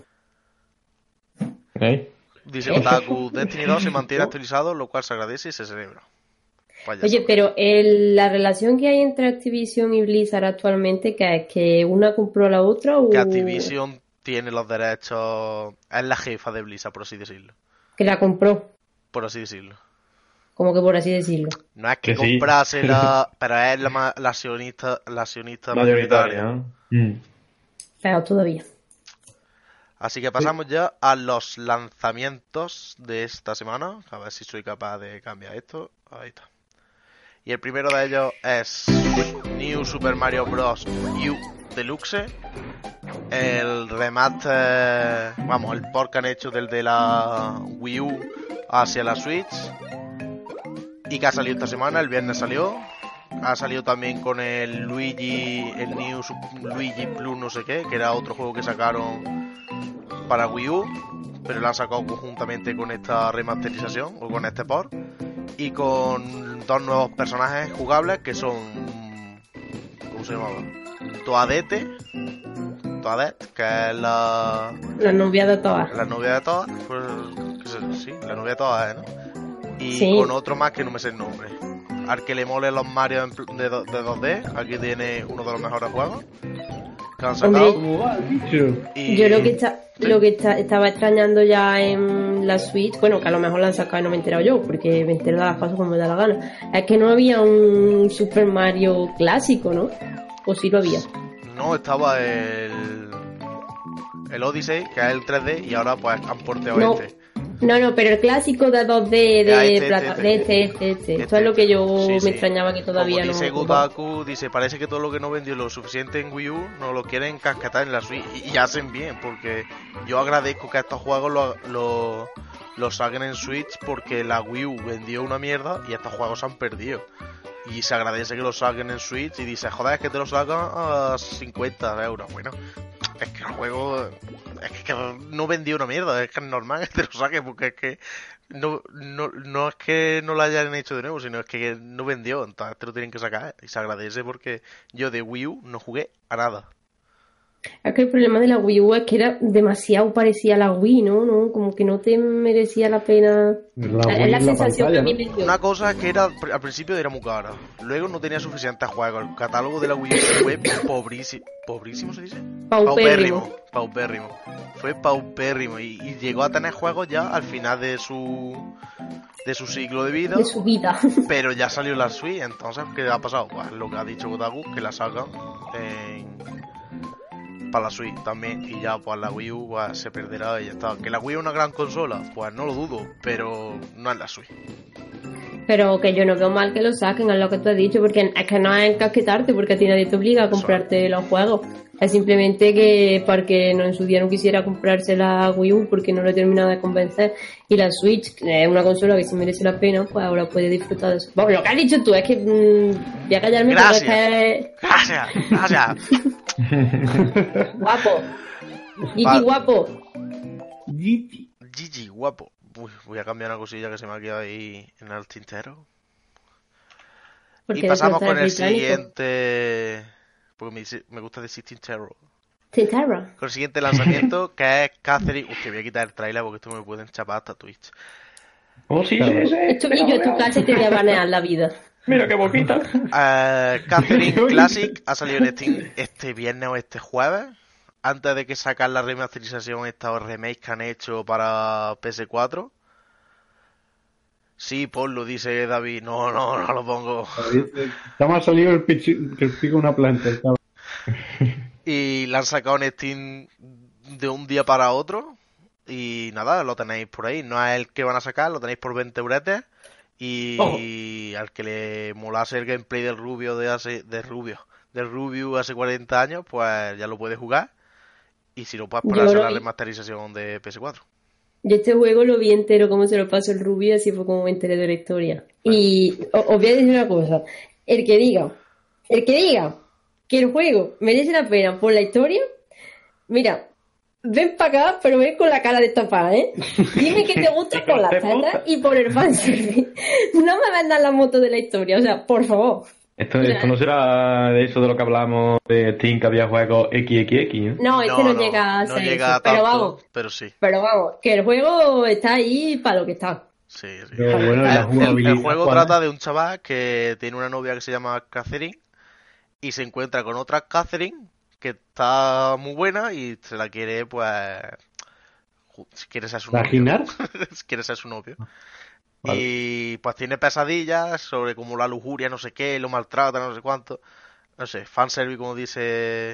S4: ¿Eh?
S2: Dice Kotaku, Destiny 2 se mantiene actualizado, lo cual se agradece y se celebra. Pues ya
S3: Oye,
S2: sabes.
S3: pero la relación que hay entre Activision y Blizzard actualmente, ¿qué es? ¿Que una compró a la otra o
S2: Que Activision tiene los derechos, es la jefa de Blizzard, por así decirlo.
S3: que la compró?
S2: Por así decirlo.
S3: Como que por así decirlo.
S2: No es que
S4: Que sí.
S2: comprase pero es la accionista mayoritaria.
S4: Mayoritaria, ¿no?
S3: Pero todavía.
S2: Así que pasamos ya a los lanzamientos de esta semana. A ver si soy capaz de cambiar esto. Ahí está. Y el primero de ellos es New Super Mario Bros. U Deluxe. El remaster, vamos, el port que han hecho del de la Wii U hacia la Switch. Y que ha salido esta semana, el viernes salió. Ha salido también con el Luigi, el New Luigi Plus no sé qué, que era otro juego que sacaron para Wii U, pero lo han sacado conjuntamente con esta remasterización o con este port. Y con dos nuevos personajes jugables que son... ¿Cómo se llamaba? Toadette, que es la
S3: novia de todas.
S2: la novia de todas. Pues, sí, la novia de todas, ¿no? Y
S3: Sí.
S2: con otro más que no me sé el nombre. Al que le mole los Mario de 2D, aquí tiene uno de los mejores juegos que han sacado. Y...
S3: Yo estaba extrañando ya en la Switch, bueno, que a lo mejor la han sacado y no me he enterado yo, porque me entero de las cosas como me da la gana. Es que no había un Super Mario clásico, ¿no? ¿O sí lo había?
S2: No, estaba el Odyssey, que es el 3D, y ahora pues han porteado
S3: No.
S2: este.
S3: No, pero el clásico de 2D Esto es lo que yo
S2: Sí,
S3: me
S2: sí.
S3: extrañaba que todavía
S2: Como dice
S3: no.
S2: Gotaku, dice, parece que todo lo que no vendió lo suficiente en Wii U no lo quieren cascatar en la Switch. Y hacen bien, porque yo agradezco que estos juegos los saquen en Switch, porque la Wii U vendió una mierda y estos juegos se han perdido. Y se agradece que los saquen en Switch y dice, joder, es que te lo sacan a 50 euros. Bueno, es que el juego es que no vendió una mierda, es que es normal que te lo saquen, porque es que no es que no lo hayan hecho de nuevo, sino es que no vendió, entonces te lo tienen que sacar y se agradece porque yo de Wii U no jugué a nada.
S3: Es que el problema de la Wii U es que era demasiado parecida a la Wii, ¿no? Como que no te merecía la pena.
S5: La
S3: Es
S5: Wii
S3: la
S5: en la
S3: sensación
S5: pantalla,
S3: que a
S5: ¿no?
S3: mí me dio.
S2: Una cosa es que al principio era muy cara, luego no tenía suficientes juegos, el catálogo de la Wii U fue pobrísimo se dice,
S3: Paupérrimo.
S2: fue paupérrimo y llegó a tener juegos ya al final de su ciclo de vida,
S3: De su vida.
S2: pero ya salió la Switch, entonces ¿qué ha pasado? Pues lo que ha dicho Gotaku, que la sacan para la Switch también, y ya pues la Wii U pues, se perderá y ya está. Que la Wii U es una gran consola, pues no lo dudo, pero no es la Switch.
S3: Pero que yo no veo mal que lo saquen, es lo que tú has dicho, porque es que no es encasquetarte, porque a ti nadie te obliga a comprarte los juegos. Es simplemente que porque no en su día no quisiera comprarse la Wii U porque no lo he terminado de convencer. Y la Switch, que es una consola que sí merece la pena, pues ahora puede disfrutar de eso. Bueno, lo que has dicho tú es que voy a callarme porque es que
S2: Gracias.
S3: guapo. Gigi
S2: Vale.
S3: guapo.
S2: Gigi, guapo. Uy, voy a cambiar una cosilla que se me ha quedado ahí en el tintero.
S3: Porque
S2: Y pasamos
S3: después
S2: con el
S3: está británico.
S2: siguiente... Porque me gusta decir Tintero.
S3: Tintera.
S2: Con el siguiente lanzamiento, que es Catherine... Uy, que voy a quitar el trailer porque esto me puede enchapar hasta Twitch.
S4: Oh, sí,
S5: Claro.
S4: sí.
S3: Y yo en tu casa te voy a banear la vida.
S4: Mira qué boquita.
S2: Catherine Classic ha salido en Steam este viernes o este jueves. Antes de que sacar la remasterización esta o remake que han hecho para PS4. Sí, ponlo, dice David. No lo pongo.
S5: Está más salido que el pico de una planta. cabrón.
S2: Y la han sacado en Steam de un día para otro. Y nada, lo tenéis por ahí. No es el que van a sacar, lo tenéis por 20 euretes. Y al que le molase el gameplay del Rubio del Rubio hace 40 años, pues ya lo puede jugar. Y si no, pues esperarse la remasterización de PS4.
S3: Yo este juego lo vi entero como se lo pasó el Rubio, así fue como me enteré de la historia. Y os voy a decir una cosa. El que diga que el juego merece la pena por la historia, mira, ven para acá, pero ven con la cara destapada, ¿eh? Dime que te gusta por las tetas y por el fanservice. No me vendan la moto de la historia, o sea, por favor.
S4: Esto no será de eso de lo que hablamos de Steam, que había juegos XXX, ¿no?
S3: No, este no llega a
S2: no
S3: ser
S2: llega
S3: eso.
S2: a tanto,
S3: Pero
S2: sí.
S3: vamos, que el juego está ahí para lo que está.
S2: Sí.
S5: Pero bueno, la jugabilidad,
S2: El juego
S5: ¿cuál
S2: trata
S5: es?
S2: de un chaval que tiene una novia que se llama Catherine y se encuentra con otra Catherine que está muy buena y se la quiere, pues, quiere ser su novio.
S5: ¿Vaginar?
S2: Quiere ser su novio.
S5: Vale.
S2: Y pues tiene pesadillas sobre cómo la lujuria, no sé qué, lo maltrata, no sé cuánto. No sé, fanservice, como dice.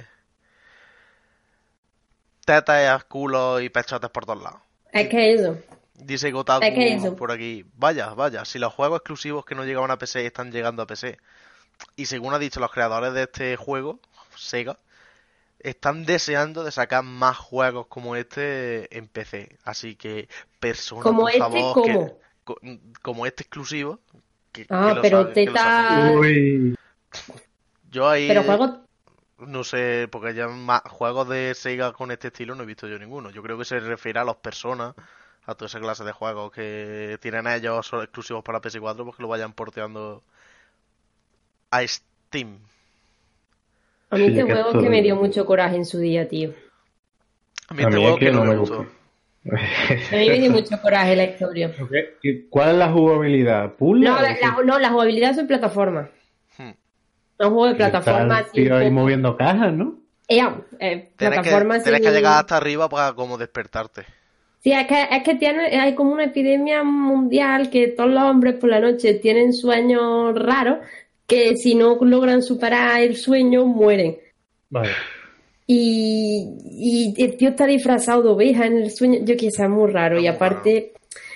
S2: Tetas, culos y pechotes por todos lados.
S3: Es que eso.
S2: Dice Gotaku
S3: Es que eso.
S2: por aquí. Vaya, si los juegos exclusivos que no llegaban a PC están llegando a PC. Y según ha dicho los creadores de este juego, Sega, están deseando de sacar más juegos como este en PC. Así que, personas,
S3: Como
S2: por
S3: este,
S2: favor,
S3: ¿cómo?
S2: como este exclusivo.
S3: Ah,
S2: lo
S3: pero
S2: saquen, que lo
S3: teta-
S2: saquen.
S5: Uy,
S2: Yo ahí
S3: Pero juegos.
S2: no sé, porque ya más juegos de Sega con este estilo no he visto yo ninguno. Yo creo que se refiere a los Personas, a toda esa clase de juegos que tienen ellos son exclusivos para PS4, pues que lo vayan porteando a Steam.
S3: A mí
S5: Sí,
S3: este
S5: que
S3: juego es
S5: todo-
S3: que me dio mucho coraje en su día, tío.
S2: A mí
S4: A
S2: este
S4: mí
S2: juego
S4: es que
S2: que no
S4: no
S2: me
S4: me
S2: gustó.
S4: gusta.
S3: A mí me dio mucho coraje la historia.
S5: ¿Cuál es la jugabilidad? ¿Puzzle?
S3: No,
S5: o qué?
S3: la jugabilidad es en plataforma.
S2: Hmm.
S3: Es un juego de
S5: Está
S3: plataforma
S5: el
S3: así.
S5: tío ahí
S3: un poco-
S5: moviendo cajas, ¿no?
S3: Plataforma
S2: Tienes que
S3: sin-
S2: llegar hasta arriba para como despertarte.
S3: Sí, es que hay como una epidemia mundial que todos los hombres por la noche tienen sueños raros que si no logran superar el sueño mueren.
S5: Vale.
S3: Y el tío está disfrazado de oveja en el sueño. Yo que sé, es muy raro.
S2: Es
S3: Y
S2: muy
S3: aparte,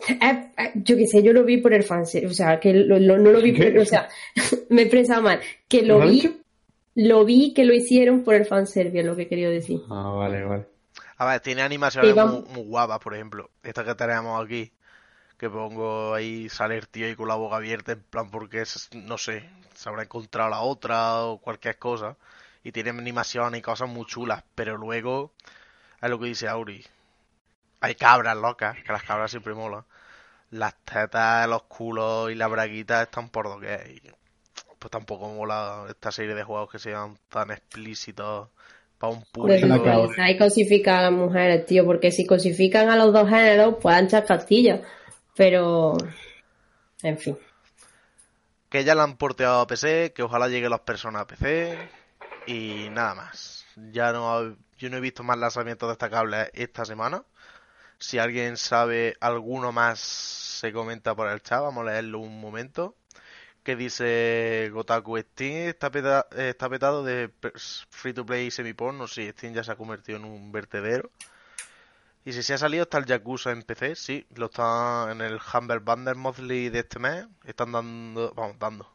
S3: Yo qué sé, yo lo vi por el fanservice, o sea, que no lo vi por, o sea, me he expresado mal, que lo vi que lo hicieron por el fanservice, es lo que quería decir.
S5: Ah, vale.
S2: A ver, tiene animaciones
S3: Iván-
S2: muy guapas, por ejemplo. Esta que tenemos aquí, que pongo ahí, sale el tío ahí con la boca abierta, en plan porque es, no sé, se habrá encontrado la otra o cualquier cosa. Y tiene animaciones y cosas muy chulas, pero luego, es lo que dice Auri. Hay cabras locas, que las cabras siempre molan. Las tetas, los culos y las braguitas están por doquier. Y pues tampoco mola esta serie de juegos que sean tan explícitos para un público.
S3: Hay cosificar a las mujeres, tío, porque si cosifican a los dos géneros, pues anchas castillas. Pero, en fin.
S2: Que ya la han porteado a PC, que ojalá lleguen las personas a PC y nada más. Yo no he visto más lanzamientos destacables esta semana. Si alguien sabe alguno más, se comenta por el chat, vamos a leerlo un momento. Que dice Gotaku: Steam está petado de free to play y semi-porno. Sí, Steam ya se ha convertido en un vertedero. Y si se ha salido está el Yakuza en PC, sí, lo está en el Humble Bundle Monthly de este mes. Están dando.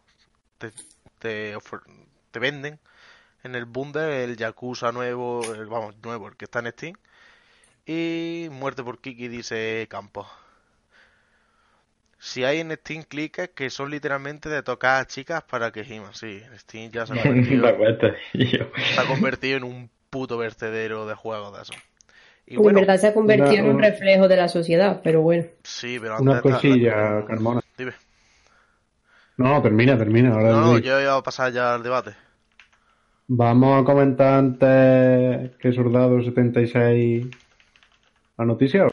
S2: Te venden en el bundle el Yakuza nuevo, el que está en Steam. Y Muerte por Kiki dice Campos. Si hay en Steam cliques que son literalmente de tocar a chicas para que giman. Sí, en Steam ya se ha convertido en un puto vertedero de juegos de eso. Y
S3: en verdad se ha convertido en un reflejo de la sociedad, pero bueno.
S2: Sí, pero
S5: una cosilla, Carmona.
S2: Dime.
S5: No, termina. Ahora
S2: no, yo iba a pasar ya al debate.
S5: Vamos a comentar antes que Soldado 76 la noticia.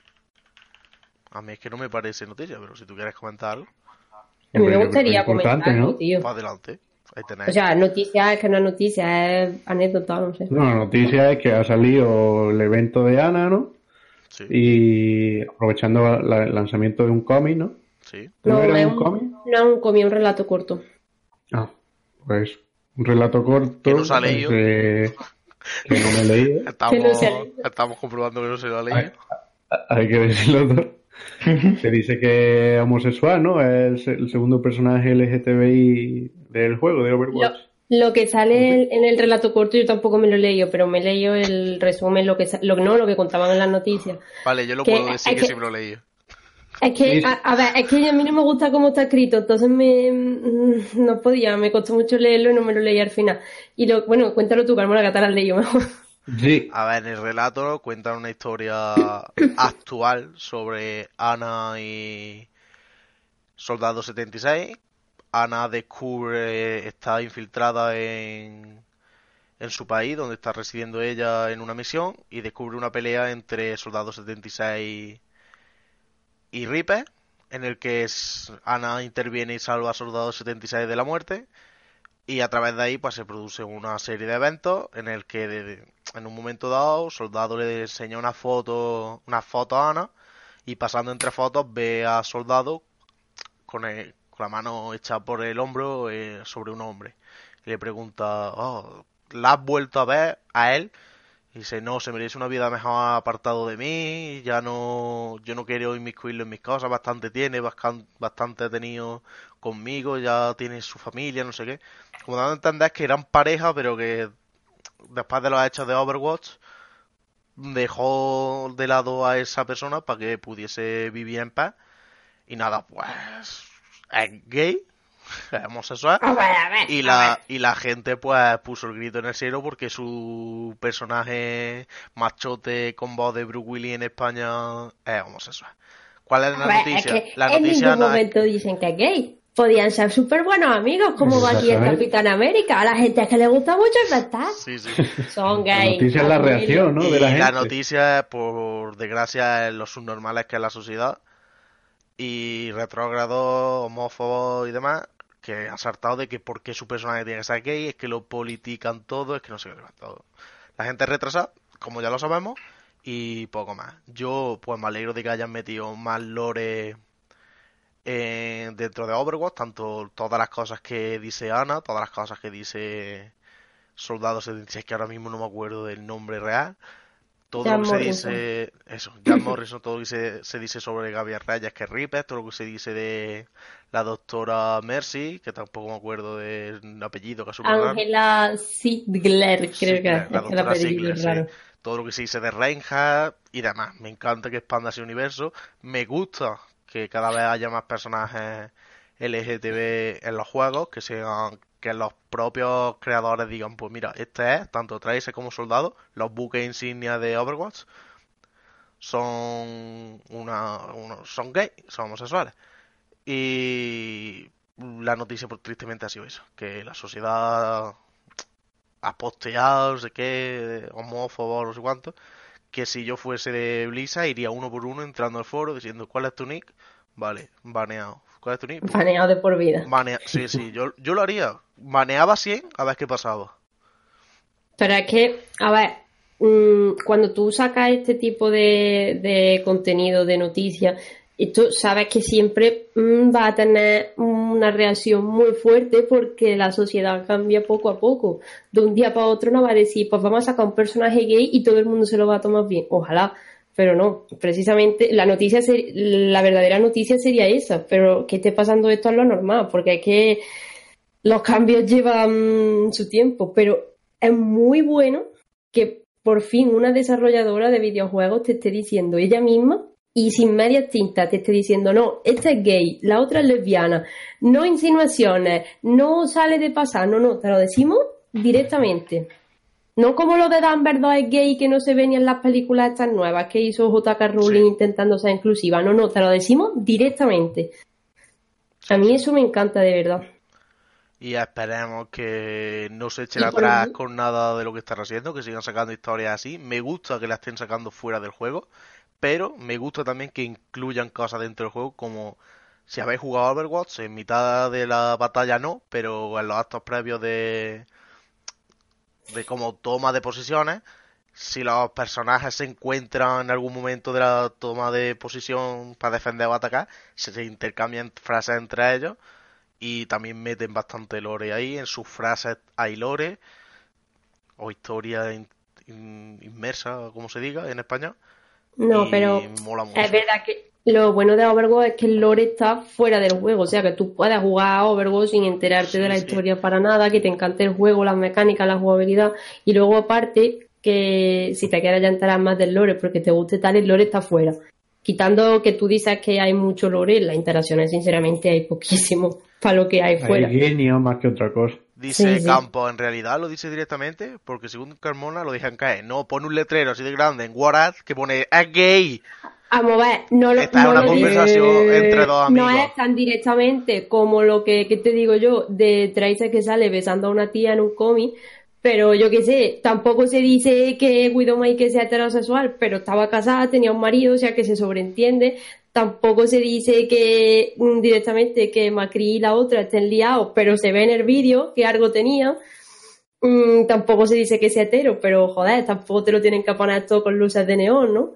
S2: A mí es que no me parece noticia, pero si tú quieres comentar algo.
S3: A mí me gustaría comentarlo, ¿no? Tío.
S2: Para adelante. Ahí tenéis.
S3: O sea, noticia es que no es noticia, es anécdota, no sé.
S5: No, la noticia es que ha salido el evento de Ana, ¿no?
S2: Sí.
S5: Y aprovechando el lanzamiento de un cómic, ¿no?
S2: Sí.
S3: No es un cómic, es un relato corto.
S5: Ah, pues un relato corto.
S2: Que no se ha leído.
S5: Que no me he leído.
S2: Estamos comprobando que no se lo ha leído.
S5: Hay que decirlo todo. Se dice que es homosexual, ¿no? Es el segundo personaje LGTBI del juego, de Overwatch.
S3: Lo que sale en el relato corto yo tampoco me lo he leído, pero me he leído el resumen, lo que contaban en las noticias.
S2: Vale, yo lo puedo decir que sí me lo he leído.
S3: Es que, a ver, es que a mí no me gusta cómo está escrito, entonces no podía, me costó mucho leerlo y no me lo leí al final. Y bueno, cuéntalo tú, Carmona, que te lo has leído mejor.
S5: Sí.
S2: A ver, en el relato cuentan una historia actual sobre Ana y Soldado 76. Ana descubre, está infiltrada en su país, donde está residiendo ella en una misión, y descubre una pelea entre Soldado 76 y Reaper, en el que Ana interviene y salva a Soldado 76 de la muerte. Y a través de ahí pues se produce una serie de eventos en el que en un momento dado Soldado le enseña una foto a Ana, y pasando entre fotos ve a Soldado con la mano hecha por el hombro sobre un hombre. Y le pregunta: ¿la has vuelto a ver a él? Y dice: no, se merece una vida mejor apartado de mí, yo no quiero inmiscuirlo en mis cosas, bastante ha tenido conmigo, ya tiene su familia, no sé qué. Como dando a entender que eran pareja, pero que después de los hechos de Overwatch dejó de lado a esa persona para que pudiese vivir en paz. Y nada, pues es gay, es homosexual. Y la gente pues puso el grito en el cielo porque su personaje machote con voz de Bruce Willis en España es homosexual. ¿Cuál es la noticia?
S3: Es que en ningún momento dicen que es gay. Podían ser súper buenos amigos, como va aquí el Capitán América. A la gente es que le gusta mucho el verdad.
S2: Sí.
S3: Son gays.
S5: La noticia es la reacción, ¿no? De la gente.
S2: La noticia, por desgracia, es los subnormales que es la sociedad. Y retrógrados, homófobos y demás, que han saltado de que por qué su personaje tiene que ser gay, es que lo politican todo, es que no sé qué todo. La gente es retrasada, como ya lo sabemos, y poco más. Yo pues me alegro de que hayan metido más lore dentro de Overwatch, tanto todas las cosas que dice Ana, todas las cosas que dice Soldado 76, que ahora mismo no me acuerdo del nombre real, todo
S3: Jan
S2: lo que se
S3: Morrison.
S2: dice, eso, Jan Morrison, todo lo que se dice sobre Gabriel Reyes, que es Ripper, todo lo que se dice de la doctora Mercy, que tampoco me acuerdo del apellido, que es súper raro.
S3: Angela Ziegler, creo que
S2: Ziegler, la
S3: es que el
S2: doctora
S3: apellido
S2: Ziegler,
S3: es
S2: sí.
S3: raro.
S2: Todo lo que se dice de Reinhardt y demás. Me encanta que expanda ese universo. Me gusta que cada vez haya más personajes LGTB en los juegos, que sean, que los propios creadores digan, pues mira, este es, tanto Tracer como Soldado, los buques insignia de Overwatch, son gays, son homosexuales. Y la noticia, pues, tristemente ha sido eso, que la sociedad ha posteado, no sé qué, homófobo, no sé cuánto, que si yo fuese de Blizzard iría uno por uno entrando al foro diciendo ¿cuál es tu nick? Vale, baneado. ¿Cuál es tu nick? Pum.
S3: Baneado de por vida.
S2: Sí, yo lo haría. Baneaba 100 a ver qué pasaba.
S3: Pero es que, a ver, cuando tú sacas este tipo de contenido, de noticias, y tú sabes que siempre va a tener una reacción muy fuerte porque la sociedad cambia poco a poco. De un día para otro no va a decir, pues vamos a sacar un personaje gay y todo el mundo se lo va a tomar bien. Ojalá, pero no. Precisamente la verdadera noticia sería esa, pero que esté pasando esto es lo normal, porque es que los cambios llevan su tiempo, pero es muy bueno que por fin una desarrolladora de videojuegos te esté diciendo ella misma y sin medias tintas te esté diciendo, no, esta es gay, la otra es lesbiana, no insinuaciones, no sale de pasar, no, te lo decimos directamente. No como lo de Dumbledore es gay que no se ve ni en las películas estas nuevas que hizo J.K. Rowling
S2: Sí.
S3: intentando ser inclusiva, no, te lo decimos directamente. A mí eso me encanta de verdad.
S2: Y esperemos que no se echen
S3: Y por
S2: atrás
S3: mí,
S2: con nada de lo que están haciendo, que sigan sacando historias así. Me gusta que la estén sacando fuera del juego, pero me gusta también que incluyan cosas dentro del juego, como si habéis jugado a Overwatch, en mitad de la batalla no, pero en los actos previos de como toma de posiciones, si los personajes se encuentran en algún momento de la toma de posición para defender o atacar, se intercambian frases entre ellos y también meten bastante lore ahí. En sus frases hay lore o historia inmersa, como se diga en español,
S3: no, pero
S2: y mola
S3: es
S2: mucho.
S3: verdad que lo bueno de Overwatch es que el lore está fuera del juego, o sea que tú puedes jugar a Overwatch sin enterarte de
S2: Sí,
S3: la
S2: sí,
S3: historia para nada, que te encante el juego, las mecánicas, la jugabilidad, y luego aparte que si te quieres ya enterar más del lore porque te guste tal, el lore está fuera. Quitando que tú dices que hay mucho lore, las interacciones sinceramente hay poquísimo para lo que hay fuera.
S5: Hay guiño más que otra cosa.
S2: Dice
S3: Sí, sí.
S2: Campos, en realidad lo dice directamente, porque según Carmona lo dejan caer. No, pone un letrero así de grande en Word que pone ¡es gay!
S3: Vamos a ver, no lo,
S2: Esta es
S3: no
S2: una
S3: lo dice,
S2: conversación entre dos
S3: no
S2: amigos.
S3: es tan directamente como lo que te digo yo, de Tracer que sale besando a una tía en un cómic, pero yo qué sé, tampoco se dice que Widowmaker sea heterosexual, pero estaba casada, tenía un marido, o sea que se sobreentiende. Tampoco se dice que directamente que Macri y la otra estén liados, pero se ve en el vídeo que algo tenía. Tampoco se dice que sea hetero, pero joder, tampoco te lo tienen que poner todo con luces de neón, ¿no?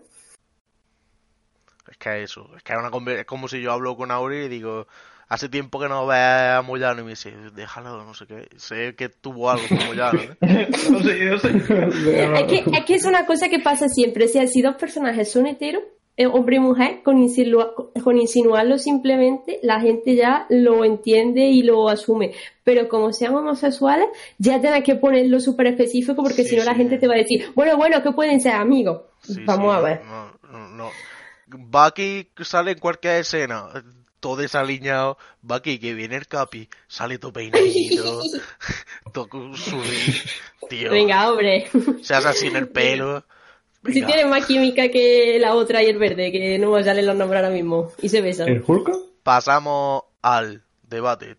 S2: Es que eso, es que es como si yo hablo con Auri y digo, hace tiempo que no ves a Moyano y me dice, déjalo, no sé qué. Sé que tuvo algo con Moyano, ¿eh?
S4: No sé.
S3: Es que es una cosa que pasa siempre. O sea, si dos personajes son heteros, hombre y mujer, con insinuarlo simplemente, la gente ya lo entiende y lo asume. Pero como sean homosexuales, ya tienes que ponerlo súper específico porque
S2: Sí,
S3: si no la
S2: sí.
S3: gente te va a decir, bueno, que pueden ser amigos.
S2: Sí,
S3: Vamos a ver.
S2: no. Bucky sale en cualquier escena, todo desaliñado. Bucky, que viene el Capi, sale todo peinadito, todo con su tío,
S3: Venga, hombre.
S2: se hace así en el pelo.
S3: Si
S2: Venga,
S3: tiene más química que la otra y el verde, que no me salen los nombres ahora mismo. Y se besan.
S5: ¿El Hulk?
S2: pasamos al debate.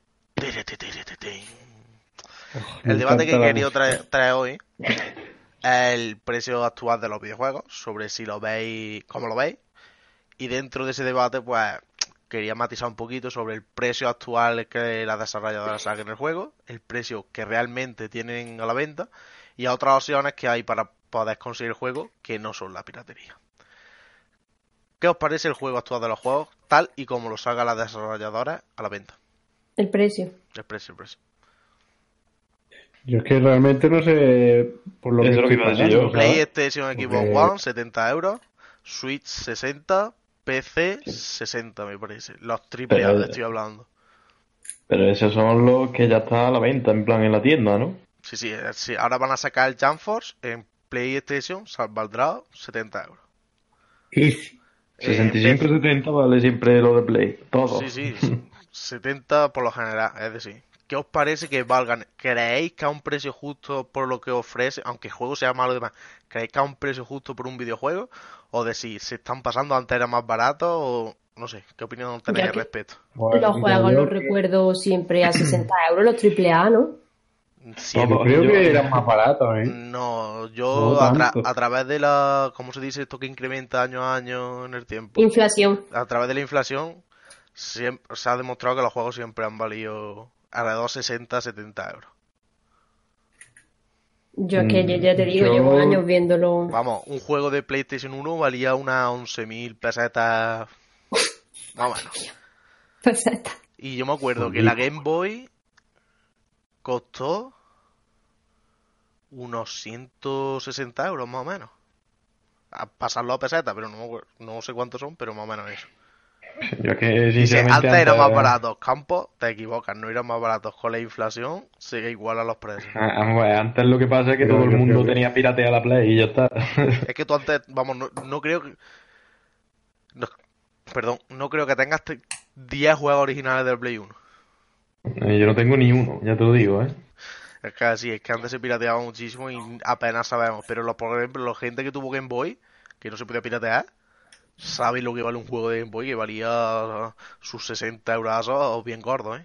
S5: Me
S2: El debate que
S5: encanta
S2: he
S5: la
S2: querido
S5: música.
S2: traer hoy es el precio actual de los videojuegos, sobre si lo veis, cómo lo veis. Y dentro de ese debate, pues quería matizar un poquito sobre el precio actual que las desarrolladoras saquen el juego, el precio que realmente tienen a la venta y a otras opciones que hay para poder conseguir el juego que no son la piratería. ¿Qué os parece el juego actual de los juegos tal y como lo sacan las desarrolladoras a la venta?
S3: El precio.
S2: El precio.
S5: Yo es que realmente no sé por lo que
S4: Eso es lo que
S5: estoy
S4: iba a decir
S5: pagando,
S4: yo.
S5: ¿sabes?
S2: PlayStation Xbox
S5: Porque-
S2: One, 70 euros. Switch, 60. PC, 60, me parece. Los triple A
S4: Pero,
S2: estoy hablando.
S4: pero esos son los que ya están a la venta, en plan en la tienda, ¿no?
S2: Sí, sí, sí. Ahora van a sacar el Jump Force en PlayStation, valdrá 70 euros. En
S4: 65,
S2: PC,
S4: 70 vale siempre lo de Play. Todo.
S2: sí, sí, 70 por lo general, es decir. ¿Qué os parece que valgan? ¿Creéis que a un precio justo por lo que ofrece, aunque el juego sea malo y demás, creéis que a un precio justo por un videojuego? ¿O de si se están pasando antes era más barato? O no sé, ¿qué opinión tenéis
S3: Ya
S2: al
S3: que
S2: respecto?
S5: Bueno,
S3: los
S5: mira,
S3: juegos
S5: yo
S3: los recuerdo siempre a 60 euros, los triple A, ¿no?
S2: Siempre.
S5: yo creo
S4: Yo-
S5: que eran más baratos, ¿eh?
S2: No,
S5: No
S2: yo
S5: tanto.
S2: a través de la, ¿cómo se dice esto que incrementa año a año en el tiempo?
S3: Inflación.
S2: A través de la inflación siempre, se ha demostrado que los juegos siempre han valido alrededor de 60, 70 euros.
S3: Yo es que ya te digo,
S5: Yo-
S3: llevo años viéndolo.
S2: Vamos, un juego de PlayStation 1 valía unas 11.000 pesetas, más o menos.
S3: Peseta.
S2: Y yo me acuerdo que la Game Boy costó unos 160 euros más o menos. A pasarlo a pesetas, pero no sé cuántos son, pero más o menos eso.
S4: Yo que
S2: Dice,
S4: sinceramente
S2: antes eran más baratos campos, te equivocas, no eran más baratos. Con la inflación sigue igual a los precios.
S4: Antes lo que pasa es que
S5: Pero
S4: todo el
S5: yo
S4: mundo
S5: creo que-
S4: tenía piratea la Play y ya está.
S2: Es que tú antes, vamos, no creo que... no- perdón, no creo que tengas 10 juegos originales del Play 1.
S4: Yo no tengo ni uno, ya te lo digo, ¿eh?
S2: Es que así, es que antes se pirateaba muchísimo y apenas sabemos. Pero por ejemplo, la gente que tuvo Game Boy, que no se podía piratear, sabe lo que vale un juego de Game Boy, que valía sus 60 euros o bien gordos, ¿eh?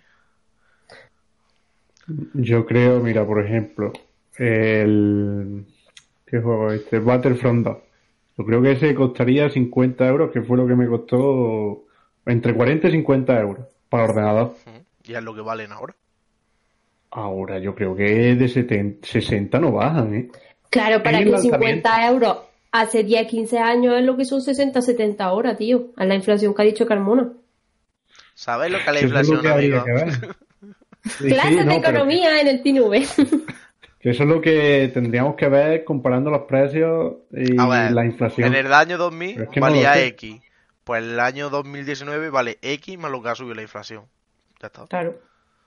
S5: Yo creo, mira, por ejemplo, el... ¿Qué juego es este? Battlefront 2. Yo creo que ese costaría 50 euros, que fue lo que me costó entre 40 y 50 euros para ordenador.
S2: Y es lo que valen ahora.
S5: Ahora yo creo que de 70, 60 no bajan, ¿eh?
S3: Claro, para
S5: En el
S3: que
S5: lanzamiento.
S3: 50 euros hace 10, 15 años es lo que son 60, 70 ahora, tío. A la inflación que ha dicho Carmona.
S2: ¿Sabéis lo que es la
S5: Eso es lo
S2: inflación,
S5: que habría
S2: amigo?
S5: que ver. Sí,
S3: Clases
S5: no,
S3: de
S5: pero
S3: economía en el TNV.
S5: que eso es lo que tendríamos que ver comparando los precios y
S2: A ver,
S5: la inflación.
S2: en el año 2000
S5: Pero es que no
S2: valía
S5: lo sé.
S2: X. Pues el año 2019 vale X más lo que ha subido la inflación. Ya está.
S3: Claro.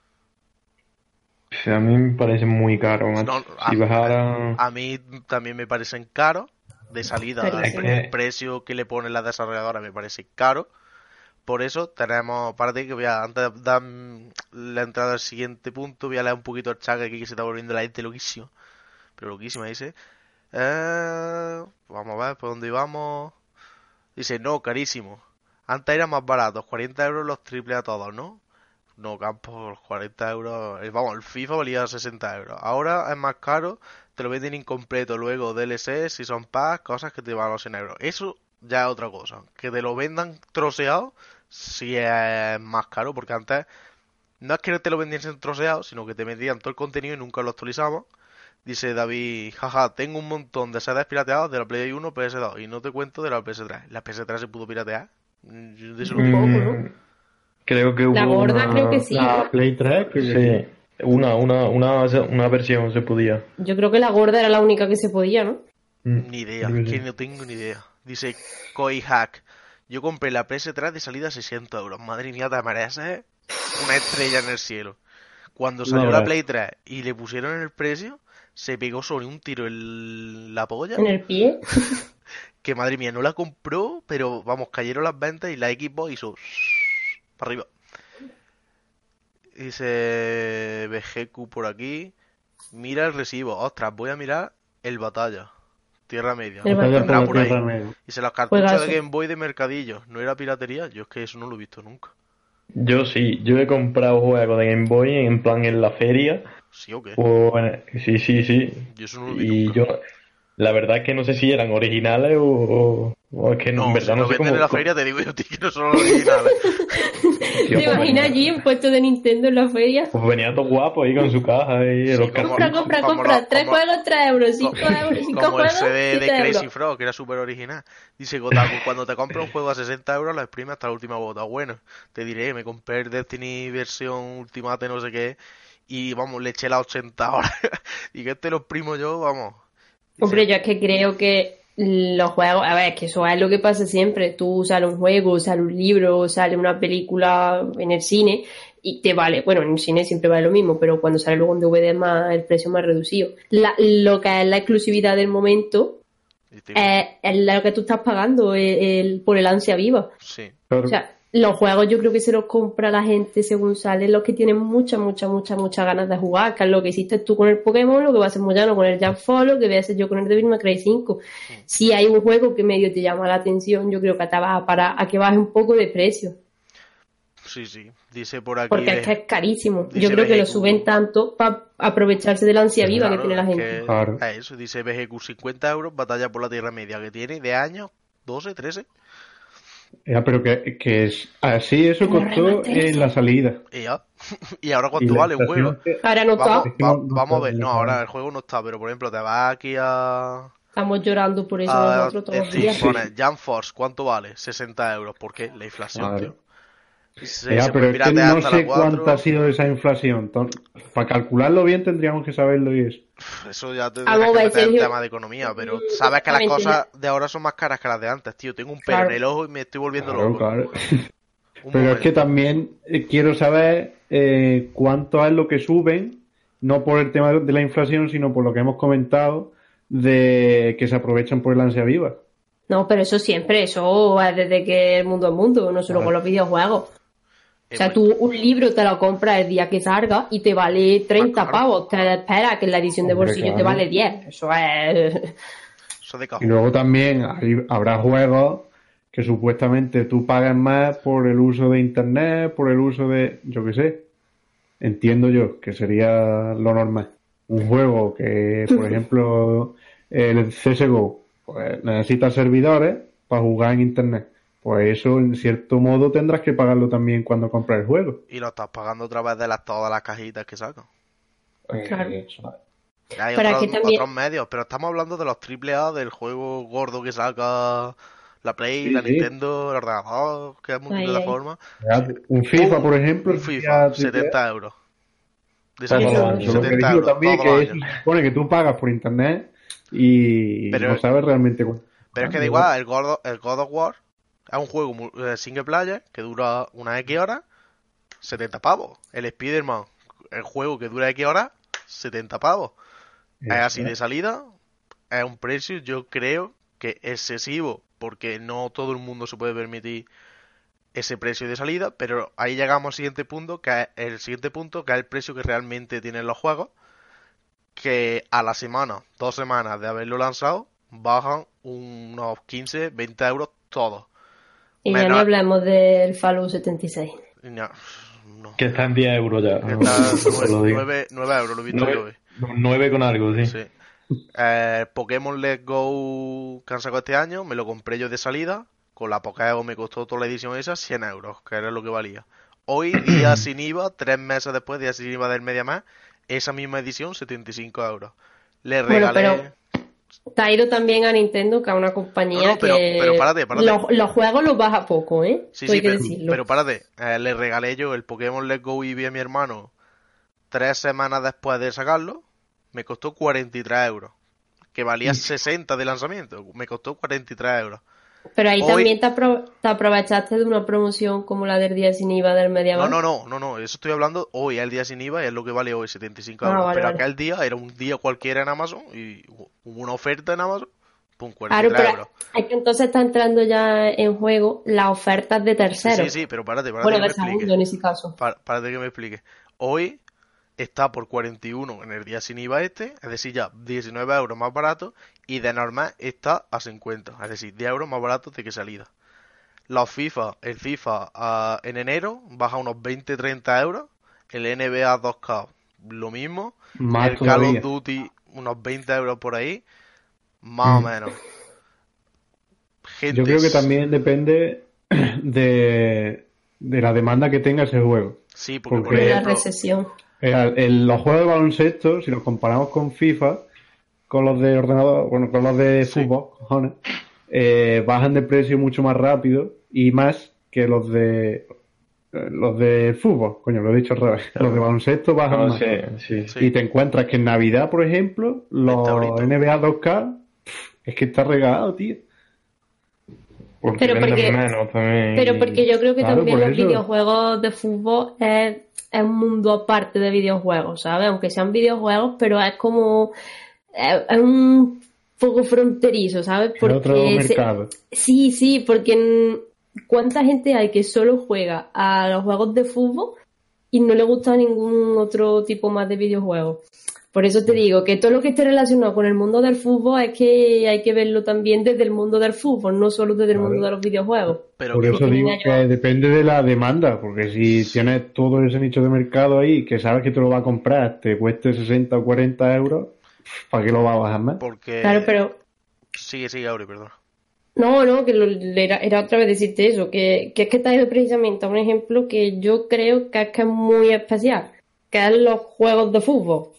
S4: A mí me parece muy caro, macho.
S2: No,
S4: Si bajara...
S2: a mí también me parecen caros. De salida,
S3: Carísimo.
S2: el precio que le ponen las desarrolladoras me parece caro. Por eso tenemos, párate que antes de dar la entrada al siguiente punto, voy a leer un poquito el chat aquí que se está volviendo la gente loquísimo. Pero loquísima, dice. Vamos a ver por dónde íbamos. Dice, no, carísimo. Antes era más baratos, 40 euros los triple a todos, ¿no? No, Campos, 40 euros. Vamos, el FIFA valía 60 euros. Ahora es más caro, te lo venden incompleto. Luego DLC, si son packs, cosas que te van a los 100 euros. Eso ya es otra cosa. Que te lo vendan troceado, sí es más caro, porque antes no es que te lo vendiesen troceado, sino que te vendían todo el contenido y nunca lo actualizamos. Dice David, jaja, tengo un montón de CDs pirateados de la Play 1, PS2 y no te cuento de la PS3. ¿La PS3 se pudo piratear? Yo de eso no
S3: Un
S2: tengo.
S3: poco, ¿no?
S4: Creo que hubo
S3: La gorda
S4: una...
S3: creo que sí.
S5: La
S3: ¿no?
S5: Play 3, creo que sí.
S4: Sí, una versión se podía.
S3: Yo creo que la gorda era la única que se podía, ¿no?
S2: Ni idea,
S4: Creo que
S2: que
S4: sí.
S2: no tengo ni idea. Dice Koi Hack, yo compré la PS3 de salida a 600 euros. Madre mía, te mereces una estrella en el cielo. Cuando salió
S5: No,
S2: la
S5: ves.
S2: Play 3 y le pusieron el precio, se pegó sobre un tiro en la polla.
S3: En el pie.
S2: Que madre mía, no la compró, pero vamos, cayeron las ventas y la Xbox hizo para arriba. Dice BGQ por aquí. Mira el recibo. Ostras, voy a mirar el Batalla. Tierra Media.
S3: El
S5: Batalla
S2: Tendrá
S5: por
S2: por
S5: la
S2: ahí.
S5: Tierra Media.
S2: Dice los cartuchos
S3: Juegazo.
S2: de Game Boy de mercadillo. ¿No era piratería? Yo es que eso no lo he visto nunca.
S4: Yo sí, yo he comprado juegos de Game Boy en plan en la feria.
S2: ¿Sí o qué?
S4: Sí, sí, sí.
S2: Yo eso no lo vi
S4: Y
S2: nunca.
S4: yo, la verdad es que no sé si eran originales o es que
S2: No,
S4: en
S2: si
S4: verdad
S2: lo
S4: no sé
S2: venden
S4: cómo.
S2: en la feria, te digo yo, tío, que no son los originales.
S4: Tío,
S3: ¿Te
S4: pues
S3: imaginas
S4: venía-
S3: allí en puesto de Nintendo en la feria?
S4: Pues venía todo guapo ahí con su caja y
S2: Sí,
S4: los
S2: como-
S3: Compra, compra,
S2: como
S3: compra.
S2: lo-
S3: 3
S2: como-
S3: juegos, 3 euros. 5 euros, 5
S2: Como el
S3: juegos,
S2: CD de
S3: 7
S2: Crazy
S3: euros.
S2: Frog, que era súper original. Dice Gotaku, cuando te compras un juego a 60 euros, lo exprimes hasta la última bota. Bueno, te diré, me compré el Destiny versión Ultimate no sé qué, y vamos, le eché las 80 horas. Y que lo exprimo yo, vamos.
S3: Hombre, yo es que creo que los juegos, a ver, es que eso es lo que pasa siempre. Tú sale un juego, sale un libro, sale una película en el cine y te vale, bueno, en el cine siempre vale lo mismo, pero cuando sale luego un DVD más, el precio más reducido. Lo que es la exclusividad del momento es lo que tú estás pagando por el ansia viva.
S2: Sí.
S5: Claro.
S3: O sea, los juegos yo creo que se los compra la gente según salen los que tienen muchas ganas de jugar, que es lo que hiciste tú con el Pokémon, lo que va a hacer Moyano con el Jump, lo que voy a hacer yo con el Devil May Cry 5. Si hay un juego que medio te llama la atención, yo creo que te vas a parar a que baje un poco de precio.
S2: Sí. Dice por aquí.
S3: Porque es que es carísimo.
S2: dice
S3: Yo creo que lo
S2: BGQ.
S3: suben tanto para aprovecharse de la ansia viva
S2: Claro,
S3: que tiene la
S2: es
S3: gente.
S2: que
S5: Claro.
S2: a eso dice BGQ 50 euros, batalla por la Tierra Media, que tiene de años 12, 13.
S5: Ya, pero que es así, eso
S3: Como
S5: costó
S3: remates.
S5: en la salida.
S2: Y ya. Y ahora
S5: Y
S2: cuánto
S5: la
S2: vale un
S5: inflación
S2: juego.
S5: que-
S3: Ahora no está.
S2: Vamos,
S5: Es que no
S2: vamos a
S5: está
S2: ver,
S5: en
S2: no,
S5: la
S2: ahora
S5: tabla.
S2: el juego no está, pero por ejemplo, te vas aquí a.
S3: Estamos llorando por eso
S2: a
S3: nosotros todos los
S2: Steam,
S3: días.
S2: pone Jump Force, ¿cuánto vale? 60 euros. ¿Por qué? La inflación,
S5: Claro.
S2: tío. Y se
S5: Ya,
S2: puede
S5: pero es que
S2: piratear
S5: no
S2: hasta la
S5: sé
S2: 4.
S5: cuánta ha sido esa inflación. Para calcularlo bien tendríamos que saberlo y eso.
S2: Eso ya te
S3: Vamos
S2: tendrás que
S3: a ver,
S2: meter en
S3: Sergio.
S2: tema de economía, pero sabes que las
S3: Exactamente.
S2: cosas de ahora son más caras que las de antes, tío. Tengo un pelo
S3: Claro.
S2: en el ojo y me estoy volviendo
S5: Claro,
S2: loco.
S5: claro.
S2: Un
S5: Pero es que
S2: momento.
S5: también quiero saber cuánto es lo que suben, no por el tema de la inflación, sino por lo que hemos comentado, de que se aprovechan por el ansia viva.
S3: No, pero eso siempre, eso es desde que el mundo es mundo, no solo con los videojuegos. O sea, tú un libro te lo compras el día que salga y te vale 30
S2: claro.
S3: pavos. Te esperas que en la edición de
S5: Hombre,
S3: bolsillo te
S5: claro.
S3: vale 10. Eso es...
S2: Eso de
S5: Y
S2: cajón.
S5: luego también habrá juegos que supuestamente tú pagas más por el uso de internet, por el uso de, yo qué sé, entiendo yo que sería lo normal. Un juego que, por ejemplo, el CSGO, pues necesita servidores para jugar en internet. Pues eso, en cierto modo, tendrás que pagarlo también cuando compras el juego.
S2: Y lo estás pagando otra vez de todas las cajitas que sacan.
S3: Claro.
S2: Hay
S3: Pero aquí también-
S2: otros medios, pero estamos hablando de los AAA, del juego gordo que saca la Play,
S5: Sí,
S2: la
S5: sí.
S2: Nintendo, el ordenador, que es
S3: Ahí,
S2: multiplataforma.
S5: Un FIFA, por ejemplo,
S2: Un
S5: sería
S2: FIFA,
S5: triple A.
S2: 70 euros. De
S5: Todos los
S2: salida,
S5: años. Lo que
S2: 70
S5: digo
S2: euros,
S5: también
S2: todos los
S5: que se
S2: años.
S5: supone que tú pagas por internet y
S2: Pero-
S5: no sabes realmente cuánto.
S2: Pero es que da igual, el God of War es un juego single player que dura una X horas, 70 pavos. El Spider-Man, el juego que dura X horas, 70 pavos. Es así de salida, es un precio, yo creo que excesivo, porque no todo el mundo se puede permitir ese precio de salida, pero ahí llegamos al siguiente punto, que es el precio que realmente tienen los juegos, que a la semana, 2 semanas de haberlo lanzado, bajan unos 15, 20 euros todos.
S3: Y ya
S2: Menos-
S3: ni hablemos del Fallout 76.
S2: No, no.
S4: Que está en 10 euros ya.
S2: Está
S4: Lo digo.
S2: 9 euros, lo he visto yo hoy.
S4: 9 con algo, sí.
S2: Sí. Pokémon Let's Go que han sacado este año, me lo compré yo de salida. Con la Pokémon me costó toda la edición esa 100 euros, que era lo que valía. Hoy, día sin IVA, 3 meses después, día sin IVA del MediaMarkt, esa misma edición, 75 euros. Le
S3: Bueno,
S2: regalé...
S3: Te ha ido también a Nintendo, que es una compañía
S2: No, no, pero-
S3: que
S2: pero párate.
S3: Los juegos los baja poco, ¿eh?
S2: Sí,
S3: Esto hay
S2: sí,
S3: que
S2: pero,
S3: decirlo.
S2: pero párate. Le regalé yo el Pokémon Let's Go Eevee a mi hermano 3 semanas después de sacarlo. Me costó 43 euros. Que valía 60 de lanzamiento. Me costó 43 euros.
S3: Pero ahí
S2: Hoy-
S3: también te aprovechaste de una promoción como la del día sin IVA del MediaMarkt.
S2: No. Eso estoy hablando hoy, es el día sin IVA y es lo que vale hoy, 75
S3: Ah,
S2: euros.
S3: vale,
S2: pero
S3: vale.
S2: aquel día era un día cualquiera en Amazon y hubo una oferta en Amazon. Pum,
S3: Claro,
S2: 43
S3: pero
S2: euros.
S3: es que entonces está entrando ya en juego las ofertas de terceros.
S2: Sí, pero párate
S3: Bueno,
S2: que
S3: de
S2: me explique.
S3: segundo en ese caso.
S2: Párate que me explique. Hoy está por 41 en el día sin IVA es decir, ya 19 euros más barato, y de normal está a 50, es decir, 10 euros más barato de que salida. El FIFA en enero baja unos 20-30 euros, el NBA 2K lo mismo,
S5: Más
S2: el Call
S5: todavía.
S2: of Duty unos 20 euros por ahí, más o menos. Gente,
S5: Yo creo que también depende de la demanda que tenga ese juego.
S2: Sí, porque por
S5: porque-
S3: La
S2: ejemplo,
S3: recesión.
S5: Los juegos de baloncesto, si los comparamos con FIFA, con los de ordenador, bueno, con los de
S2: Sí.
S5: fútbol, cojones, bajan de precio mucho más rápido y más que los de Los de fútbol, coño, lo he dicho al revés. Los de baloncesto bajan
S4: No,
S5: más.
S4: sí.
S2: Sí.
S5: Y te encuentras que en Navidad, por ejemplo,
S2: 20
S5: los
S2: euritos.
S5: NBA 2K, es que está regalado, tío.
S4: Porque
S3: Pero
S4: venden
S3: porque-
S4: menos también.
S3: Pero porque yo creo que
S5: Claro,
S3: también
S5: por
S3: los
S5: eso.
S3: videojuegos de fútbol es un mundo aparte de videojuegos, ¿sabes? Aunque sean videojuegos, pero es como... es un poco fronterizo, ¿sabes?
S5: Es otro mercado.
S3: Sí, porque ¿cuánta gente hay que solo juega a los juegos de fútbol y no le gusta ningún otro tipo más de videojuegos? Por eso te digo que todo lo que esté relacionado con el mundo del fútbol es que hay que verlo también desde el mundo del fútbol, no solo desde el
S5: Claro.
S3: mundo de los videojuegos.
S2: Pero
S5: Por
S2: que
S5: eso
S3: que
S5: digo
S3: tenga
S5: que
S3: yo-
S5: depende de la demanda, porque si tienes todo ese nicho de mercado ahí, que sabes que te lo va a comprar, te cueste 60 o 40 euros, ¿para qué lo vas a bajar más?
S2: porque...
S3: Claro, pero
S2: Sigue, Auri, perdón.
S3: no, que era otra vez decirte eso, que es que te ha ido precisamente a un ejemplo que yo creo que es muy especial, que es los juegos de fútbol,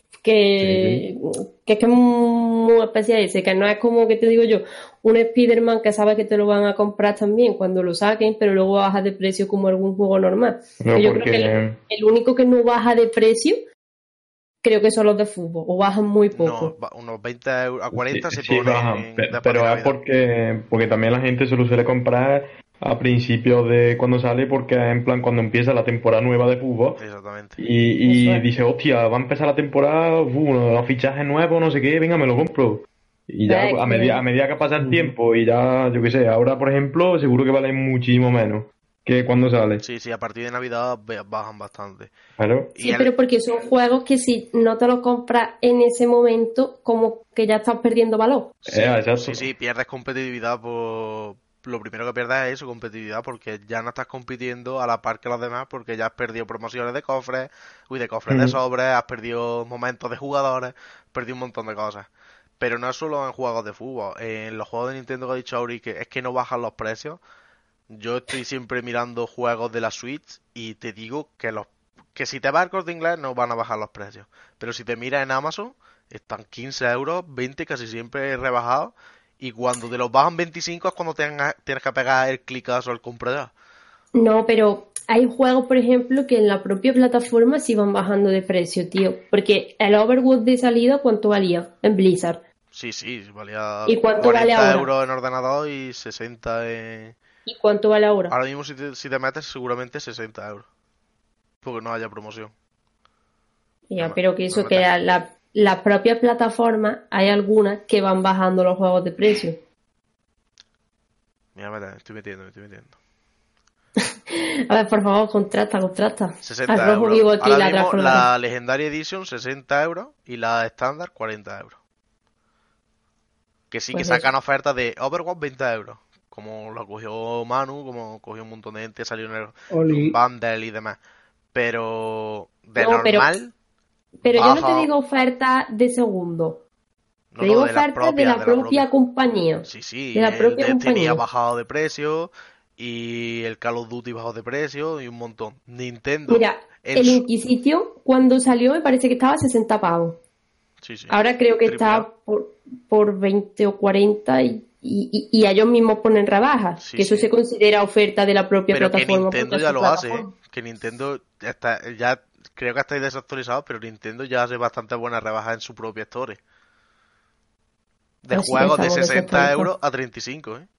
S3: que es que es muy especial ese, que no es como que te digo yo, un Spider-Man que sabes que te lo van a comprar también cuando lo saquen, pero luego baja de precio como algún juego normal.
S4: No,
S3: Que yo
S4: porque-
S3: creo que el único que no baja de precio, creo que son los de fútbol, o bajan muy poco.
S2: No, unos 20 euros, a 40 se
S4: Sí,
S2: ponen
S4: bajan,
S2: después
S4: pero
S2: de
S4: es
S2: Navidad.
S4: porque también la gente se lo suele comprar a principios de cuando sale, porque es en plan cuando empieza la temporada nueva de fútbol
S2: Exactamente.
S4: y
S3: Eso es.
S4: dice, hostia, va a empezar la temporada, los fichajes nuevos, no sé qué, venga, me lo compro. Y ya
S3: Es
S4: a
S3: que-
S4: a medida que pasa el tiempo y ya, yo qué sé, ahora por ejemplo, seguro que vale muchísimo menos que cuando sale.
S2: Sí, a partir de Navidad bajan bastante.
S4: Claro.
S2: Y
S3: Sí,
S2: el-
S3: pero porque son juegos que si no te los compras en ese momento, como que ya estás perdiendo valor.
S4: Exacto.
S2: Sí, pierdes competitividad por... Lo primero que pierdes es eso, competitividad, porque ya no estás compitiendo a la par que los demás, porque ya has perdido promociones de cofres, de cofres de sobres, has perdido momentos de jugadores, has perdido un montón de cosas. Pero no es solo en juegos de fútbol, en los juegos de Nintendo que ha dicho Auri, que es que no bajan los precios. Yo estoy siempre mirando juegos de la Switch y te digo que si te vas al Corte Inglés no van a bajar los precios. Pero si te miras en Amazon, están 15 euros, 20 casi siempre rebajados. Y cuando te los bajan 25 es cuando tienes que pegar el clicazo al compra ya.
S3: No, pero hay juegos, por ejemplo, que en la propia plataforma sí van bajando de precio, tío. Porque el Overwatch de salida, ¿cuánto valía en Blizzard?
S2: Sí, valía
S3: ¿Y cuánto
S2: 40
S3: vale ahora?
S2: euros en ordenador y 60 en...
S3: ¿Y cuánto vale ahora?
S2: Ahora mismo si te metes seguramente 60 euros. Porque no haya promoción.
S3: Ya,
S2: no,
S3: pero que eso
S2: no
S3: que
S2: me
S3: las propias plataformas, hay algunas que van bajando los juegos de precio.
S2: Mira, me estoy metiendo.
S3: A ver, por favor, contrasta.
S2: 60
S3: Al rojo
S2: euros.
S3: vivo aquí
S2: Ahora
S3: la
S2: mismo
S3: transformación.
S2: la Legendary Edition 60 euros y la estándar 40 euros. Que sí
S3: Pues
S2: que sacan ofertas de Overwatch 20 euros. Como lo cogió Manu, como cogió un montón de gente, salió en el
S5: Oli.
S2: bundle y demás. Pero de
S3: No, pero-
S2: normal,
S3: Pero yo no te
S2: baja-
S3: digo oferta de segundo.
S2: no,
S3: Te digo
S2: de la
S3: oferta de la propia compañía.
S2: Sí,
S3: de la
S2: el
S3: propia
S2: Destiny
S3: compañía.
S2: ha bajado de precio y el Call of Duty bajó de precio y un montón. Nintendo,
S3: Mira,
S2: en
S3: el
S2: su-
S3: Inquisition cuando salió me parece que estaba a 60 pavos.
S2: sí,
S3: Ahora creo que
S2: triple
S3: está
S2: A.
S3: por 20 o 40 y ellos mismos ponen rebajas.
S2: Sí,
S3: que eso
S2: sí.
S3: se considera oferta de la propia
S2: Pero que
S3: plataforma.
S2: Nintendo
S3: porque es
S2: ya
S3: su
S2: lo hace, ¿eh?
S3: plataforma.
S2: Que Nintendo ya creo que estáis desactualizados, pero Nintendo ya hace bastante buenas rebajas en su propia store. De
S3: Pues sí,
S2: juegos de
S3: estamos
S2: 60
S3: desactualizados.
S2: euros a 35, ¿eh?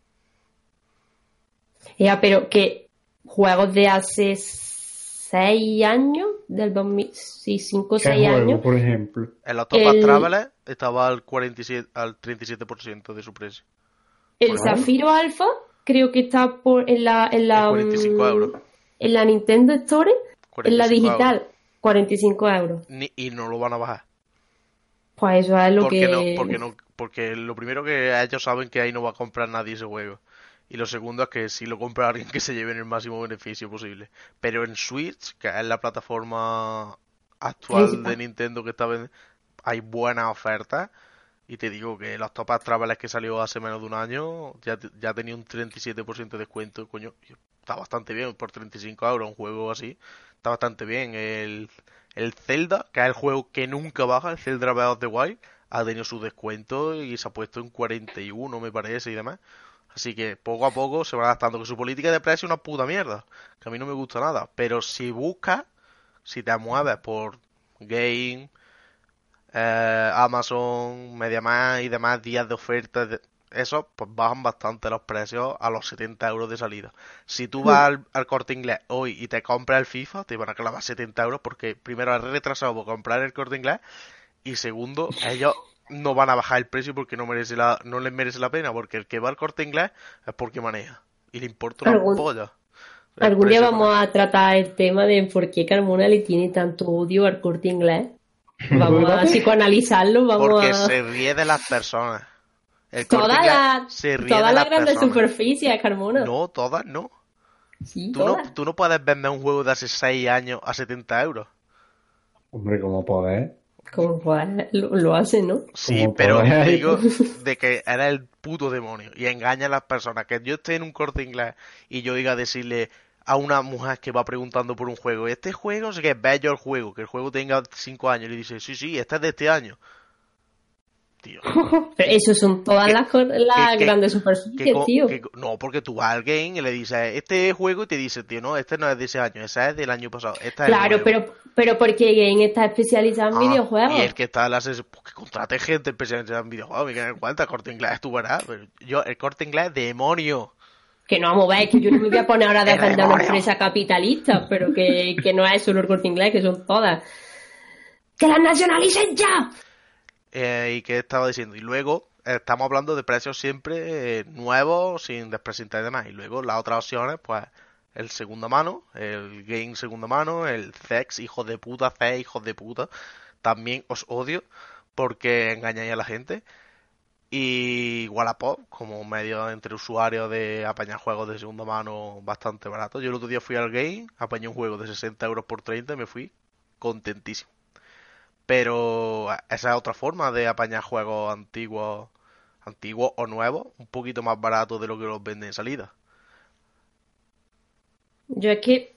S3: Ya, pero que juegos de hace 6 años, del 5 o
S5: ¿Qué
S3: 6
S5: juego,
S3: años,
S5: por ejemplo?
S2: En los Topaz
S3: El-
S2: Traveler estaba al 37% de su precio.
S3: el Zafiro Alpha creo que está en la
S2: 45 euros.
S3: en la Nintendo Store, en la
S2: 45
S3: digital,
S2: euros.
S3: 45 euros.
S2: Y no lo van a bajar.
S3: Pues eso es lo
S2: Porque
S3: que...
S2: porque lo primero que ellos saben que ahí no va a comprar nadie ese juego. Y lo segundo es que si lo compra alguien que se lleve el máximo beneficio posible. Pero en Switch, que es la plataforma actual
S3: Principal.
S2: de Nintendo que está vendiendo, hay buenas ofertas. Y te digo que los Topaz Travelers que salió hace menos de un año ya tenía un 37% de descuento. Coño, está bastante bien por 35 euros un juego así. Está bastante bien. El Zelda, que es el juego que nunca baja, el Zelda Breath of the Wild, ha tenido su descuento y se ha puesto en 41, me parece, y demás. Así que poco a poco se va adaptando. Que su política de precio es una puta mierda. Que a mí no me gusta nada. Pero si buscas, si te mueves por Game, Amazon, MediaMarkt y demás días de oferta, esos pues bajan bastante los precios a los 70 euros de salida. Si tú vas al Corte Inglés hoy y te compras el FIFA, te van a clavar 70 euros porque primero has retrasado por comprar el Corte Inglés y segundo, ellos no van a bajar el precio porque no les merece la pena, porque el que va al Corte Inglés es porque maneja y le importa una
S3: Algún,
S2: polla el
S3: algún día
S2: precio
S3: vamos
S2: maneja.
S3: a tratar el tema de por qué Carmona le tiene tanto odio al Corte Inglés. Vamos a psicoanalizarlo, vamos
S2: Porque
S3: a...
S2: se ríe de las personas. El Corte Inglés se ríe
S3: Todas
S2: de
S3: las
S2: las
S3: grandes
S2: personas.
S3: superficies, Carmona.
S2: No, todas no.
S3: Sí, todas.
S2: Tú no puedes vender un juego de hace 6 años a 70 euros.
S5: Hombre, como poder.
S3: Como pues, lo hace, ¿no?
S2: Sí,
S5: Como
S2: pero
S5: poder.
S2: digo de que era el puto demonio y engaña a las personas. Que yo esté en un Corte Inglés y yo diga decirle a una mujer que va preguntando por un juego, este juego, sé que es bello el juego, que el juego tenga 5 años, y le dice, sí, este es de este año. Tío,
S3: Pero eso son todas
S2: que,
S3: las
S2: que,
S3: grandes superficies, tío.
S2: no, porque tú vas al game y le dices, este juego, y te dice, tío, no, este no es de ese año, ese es del año pasado, esta es el
S3: Claro,
S2: nuevo.
S3: pero porque Game está especializado en
S2: Y
S3: videojuegos.
S2: el que está en la sesión, pues que contrate gente especialmente en videojuegos, me queda en cuenta, el Corte Inglés, tú verás, pero yo, el Corte Inglés, demonio.
S3: Que no vamos a ver, que yo no me voy a poner ahora a
S2: ¡El
S3: defender a una
S2: demonio!
S3: empresa capitalista, pero que no es solo el Corte Inglés, que son todas. ¡Que las nacionalicen ya!
S2: ¿Y qué estaba diciendo? Y luego estamos hablando de precios siempre nuevos, sin desprecintar y demás. Y luego las otras opciones, pues el segunda mano, el game segunda mano, el CEX, hijos de puta, CEX, hijos de puta. También os odio porque engañáis a la gente. Y Wallapop, como medio entre usuarios de apañar juegos de segunda mano bastante baratos. Yo el otro día fui al game, apañé un juego de 60 euros por 30 y me fui contentísimo. Pero esa es otra forma de apañar juegos antiguos o nuevos, un poquito más baratos de lo que los venden en salida.
S3: Yo es que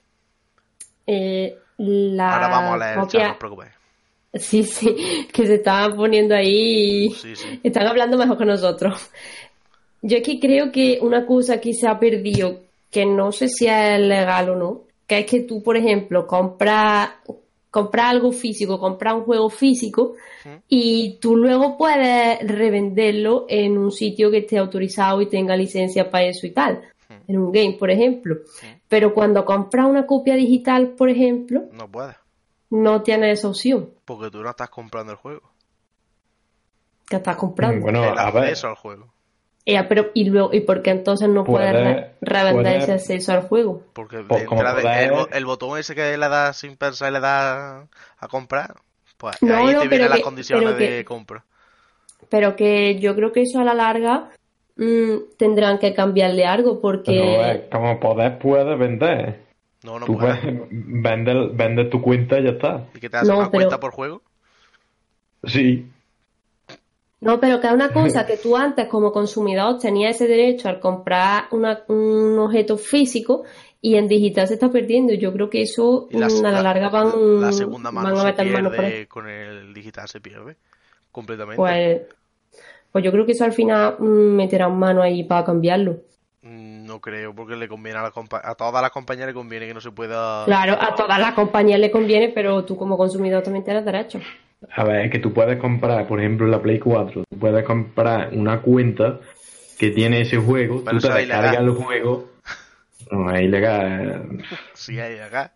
S2: Ahora vamos a
S3: la
S2: leer el chat, no os
S3: copia...
S2: preocupéis.
S3: Sí, que se estaban poniendo ahí y
S2: Sí.
S3: están hablando mejor que nosotros. Yo es que creo que una cosa que se ha perdido, que no sé si es legal o no, que es que tú, por ejemplo, compras algo físico, compras un juego físico y tú luego puedes revenderlo en un sitio que esté autorizado y tenga licencia para eso y tal, en un game, por ejemplo. Pero cuando compras una copia digital, por ejemplo,
S2: No puedes,
S3: no tienes esa opción
S2: porque tú no estás comprando el juego,
S3: que estás comprando.
S5: Bueno,
S2: el
S5: a ver,
S2: acceso al juego.
S3: Pero, ¿y por qué entonces no puedes revender ese acceso al juego?
S2: Porque de
S5: Pues como
S2: entrada
S5: podés-
S2: el botón ese que le das sin pensar y le das a comprar, pues
S3: No,
S2: ahí
S3: no,
S2: te vienen las condiciones de compra.
S3: pero que yo creo que eso a la larga tendrán que cambiarle algo
S5: pero
S3: porque
S5: como poder puedes vender.
S2: No
S5: Tú
S2: puedes.
S5: puedes vender tu cuenta y ya está.
S2: ¿Y que te hace
S3: No,
S2: una
S3: pero-
S2: cuenta por juego?
S5: Sí.
S3: no, pero que es una cosa que tú antes como consumidor tenías ese derecho al comprar un objeto físico y en digital se está perdiendo. Yo creo que eso
S2: Y
S3: a la larga
S2: la segunda
S3: van
S2: mano
S3: a
S2: se
S3: meter mano por ahí.
S2: pierde, con el digital se pierde completamente.
S3: Pues yo creo que eso al final meterán mano ahí para cambiarlo.
S2: No creo, porque le conviene a todas las compañías le conviene que no se pueda...
S3: Claro, a todas las compañías le conviene, pero tú como consumidor también tienes derecho.
S5: A ver, es que tú puedes comprar, por ejemplo, en la Play 4, tú puedes comprar una cuenta que tiene ese juego,
S2: Pero
S5: tú te
S2: eso es
S5: descargas
S2: ilegal.
S5: el juego. No, es ilegal.
S2: Sí, hay acá.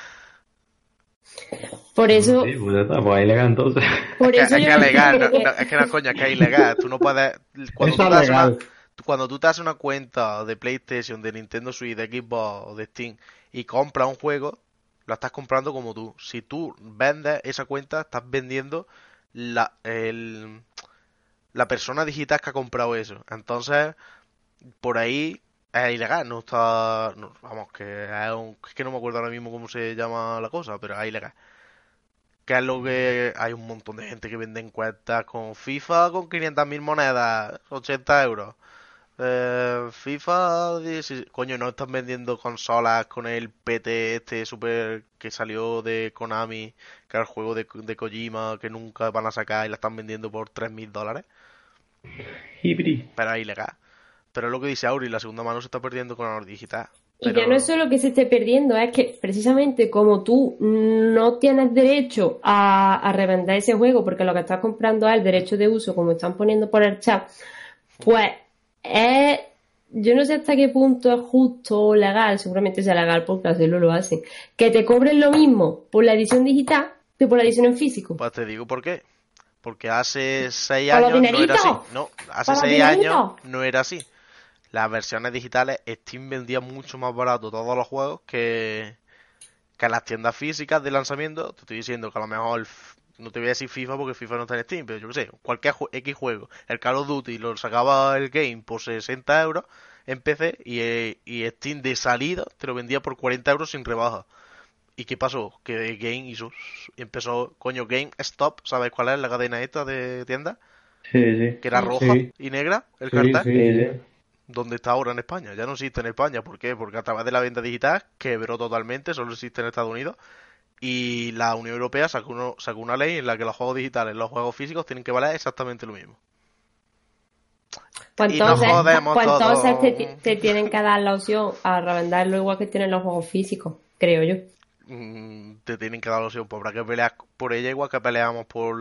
S3: Por eso,
S5: Sí, pues ya está, pues es ilegal entonces.
S3: por
S2: Es
S3: eso
S2: que
S3: yo
S2: es legal, es que no, coña, es que es ilegal. Tú no puedes... Cuando tú
S5: Eso
S2: te
S5: es
S2: haces
S5: legal.
S2: cuando tú te haces una cuenta de PlayStation, de Nintendo Switch, de Xbox o de Steam y compras un juego, lo estás comprando como tú. Si tú vendes esa cuenta, estás vendiendo la persona digital que ha comprado eso. Entonces, por ahí es ilegal, no está... vamos, es que no me acuerdo ahora mismo cómo se llama la cosa, pero es ilegal. Que es lo que hay un montón de gente que vende en cuentas con FIFA con 500.000 monedas, 80 euros. FIFA, coño, no están vendiendo consolas con el PT este super que salió de Konami, que era el juego de Kojima que nunca van a sacar y la están vendiendo por $3.000.
S5: Hibri.
S2: Pero es ilegal. Pero es lo que dice Auri, la segunda mano se está perdiendo con la digital.
S3: Y ya no es solo que se esté perdiendo, es que precisamente como tú no tienes derecho a revender ese juego porque lo que estás comprando es el derecho de uso, como están poniendo por el chat, pues yo no sé hasta qué punto es justo o legal, seguramente sea legal porque hacerlo lo hacen, que te cobren lo mismo por la edición digital que por la edición en físico.
S2: Pues te digo por qué. Porque hace 6
S3: ¿Por los
S2: años no era así.
S3: dineritos?
S2: No, hace
S3: ¿Por los
S2: 6 años
S3: dineritos?
S2: no era así. Las versiones digitales, Steam vendía mucho más barato todos los juegos que las tiendas físicas de lanzamiento. Te estoy diciendo que a lo mejor, no te voy a decir FIFA porque FIFA no está en Steam, pero yo qué sé, cualquier X juego, el Call of Duty lo sacaba el game por 60 euros en PC y Steam de salida te lo vendía por 40 euros sin rebaja. ¿Y qué pasó? Que Game empezó, coño, GameStop, ¿sabes cuál es la cadena esta de tiendas?
S4: Sí, sí.
S2: Que era roja
S5: Sí.
S2: y negra, el
S5: Sí,
S2: cartel.
S5: sí.
S4: Sí, sí.
S2: ¿Dónde está ahora en España? Ya no existe en España. ¿Por qué? Porque a través de la venta digital quebró totalmente, solo existe en Estados Unidos. Y la Unión Europea sacó una ley en la que los juegos digitales y los juegos físicos tienen que valer exactamente lo mismo.
S3: Pues
S2: Y nos
S3: entonces,
S2: jodemos
S3: pues
S2: todos.
S3: entonces te tienen que dar la opción a revenderlo igual que tienen los juegos físicos, creo yo.
S2: Te tienen que dar la opción, pues habrá que pelear por ella igual que peleamos por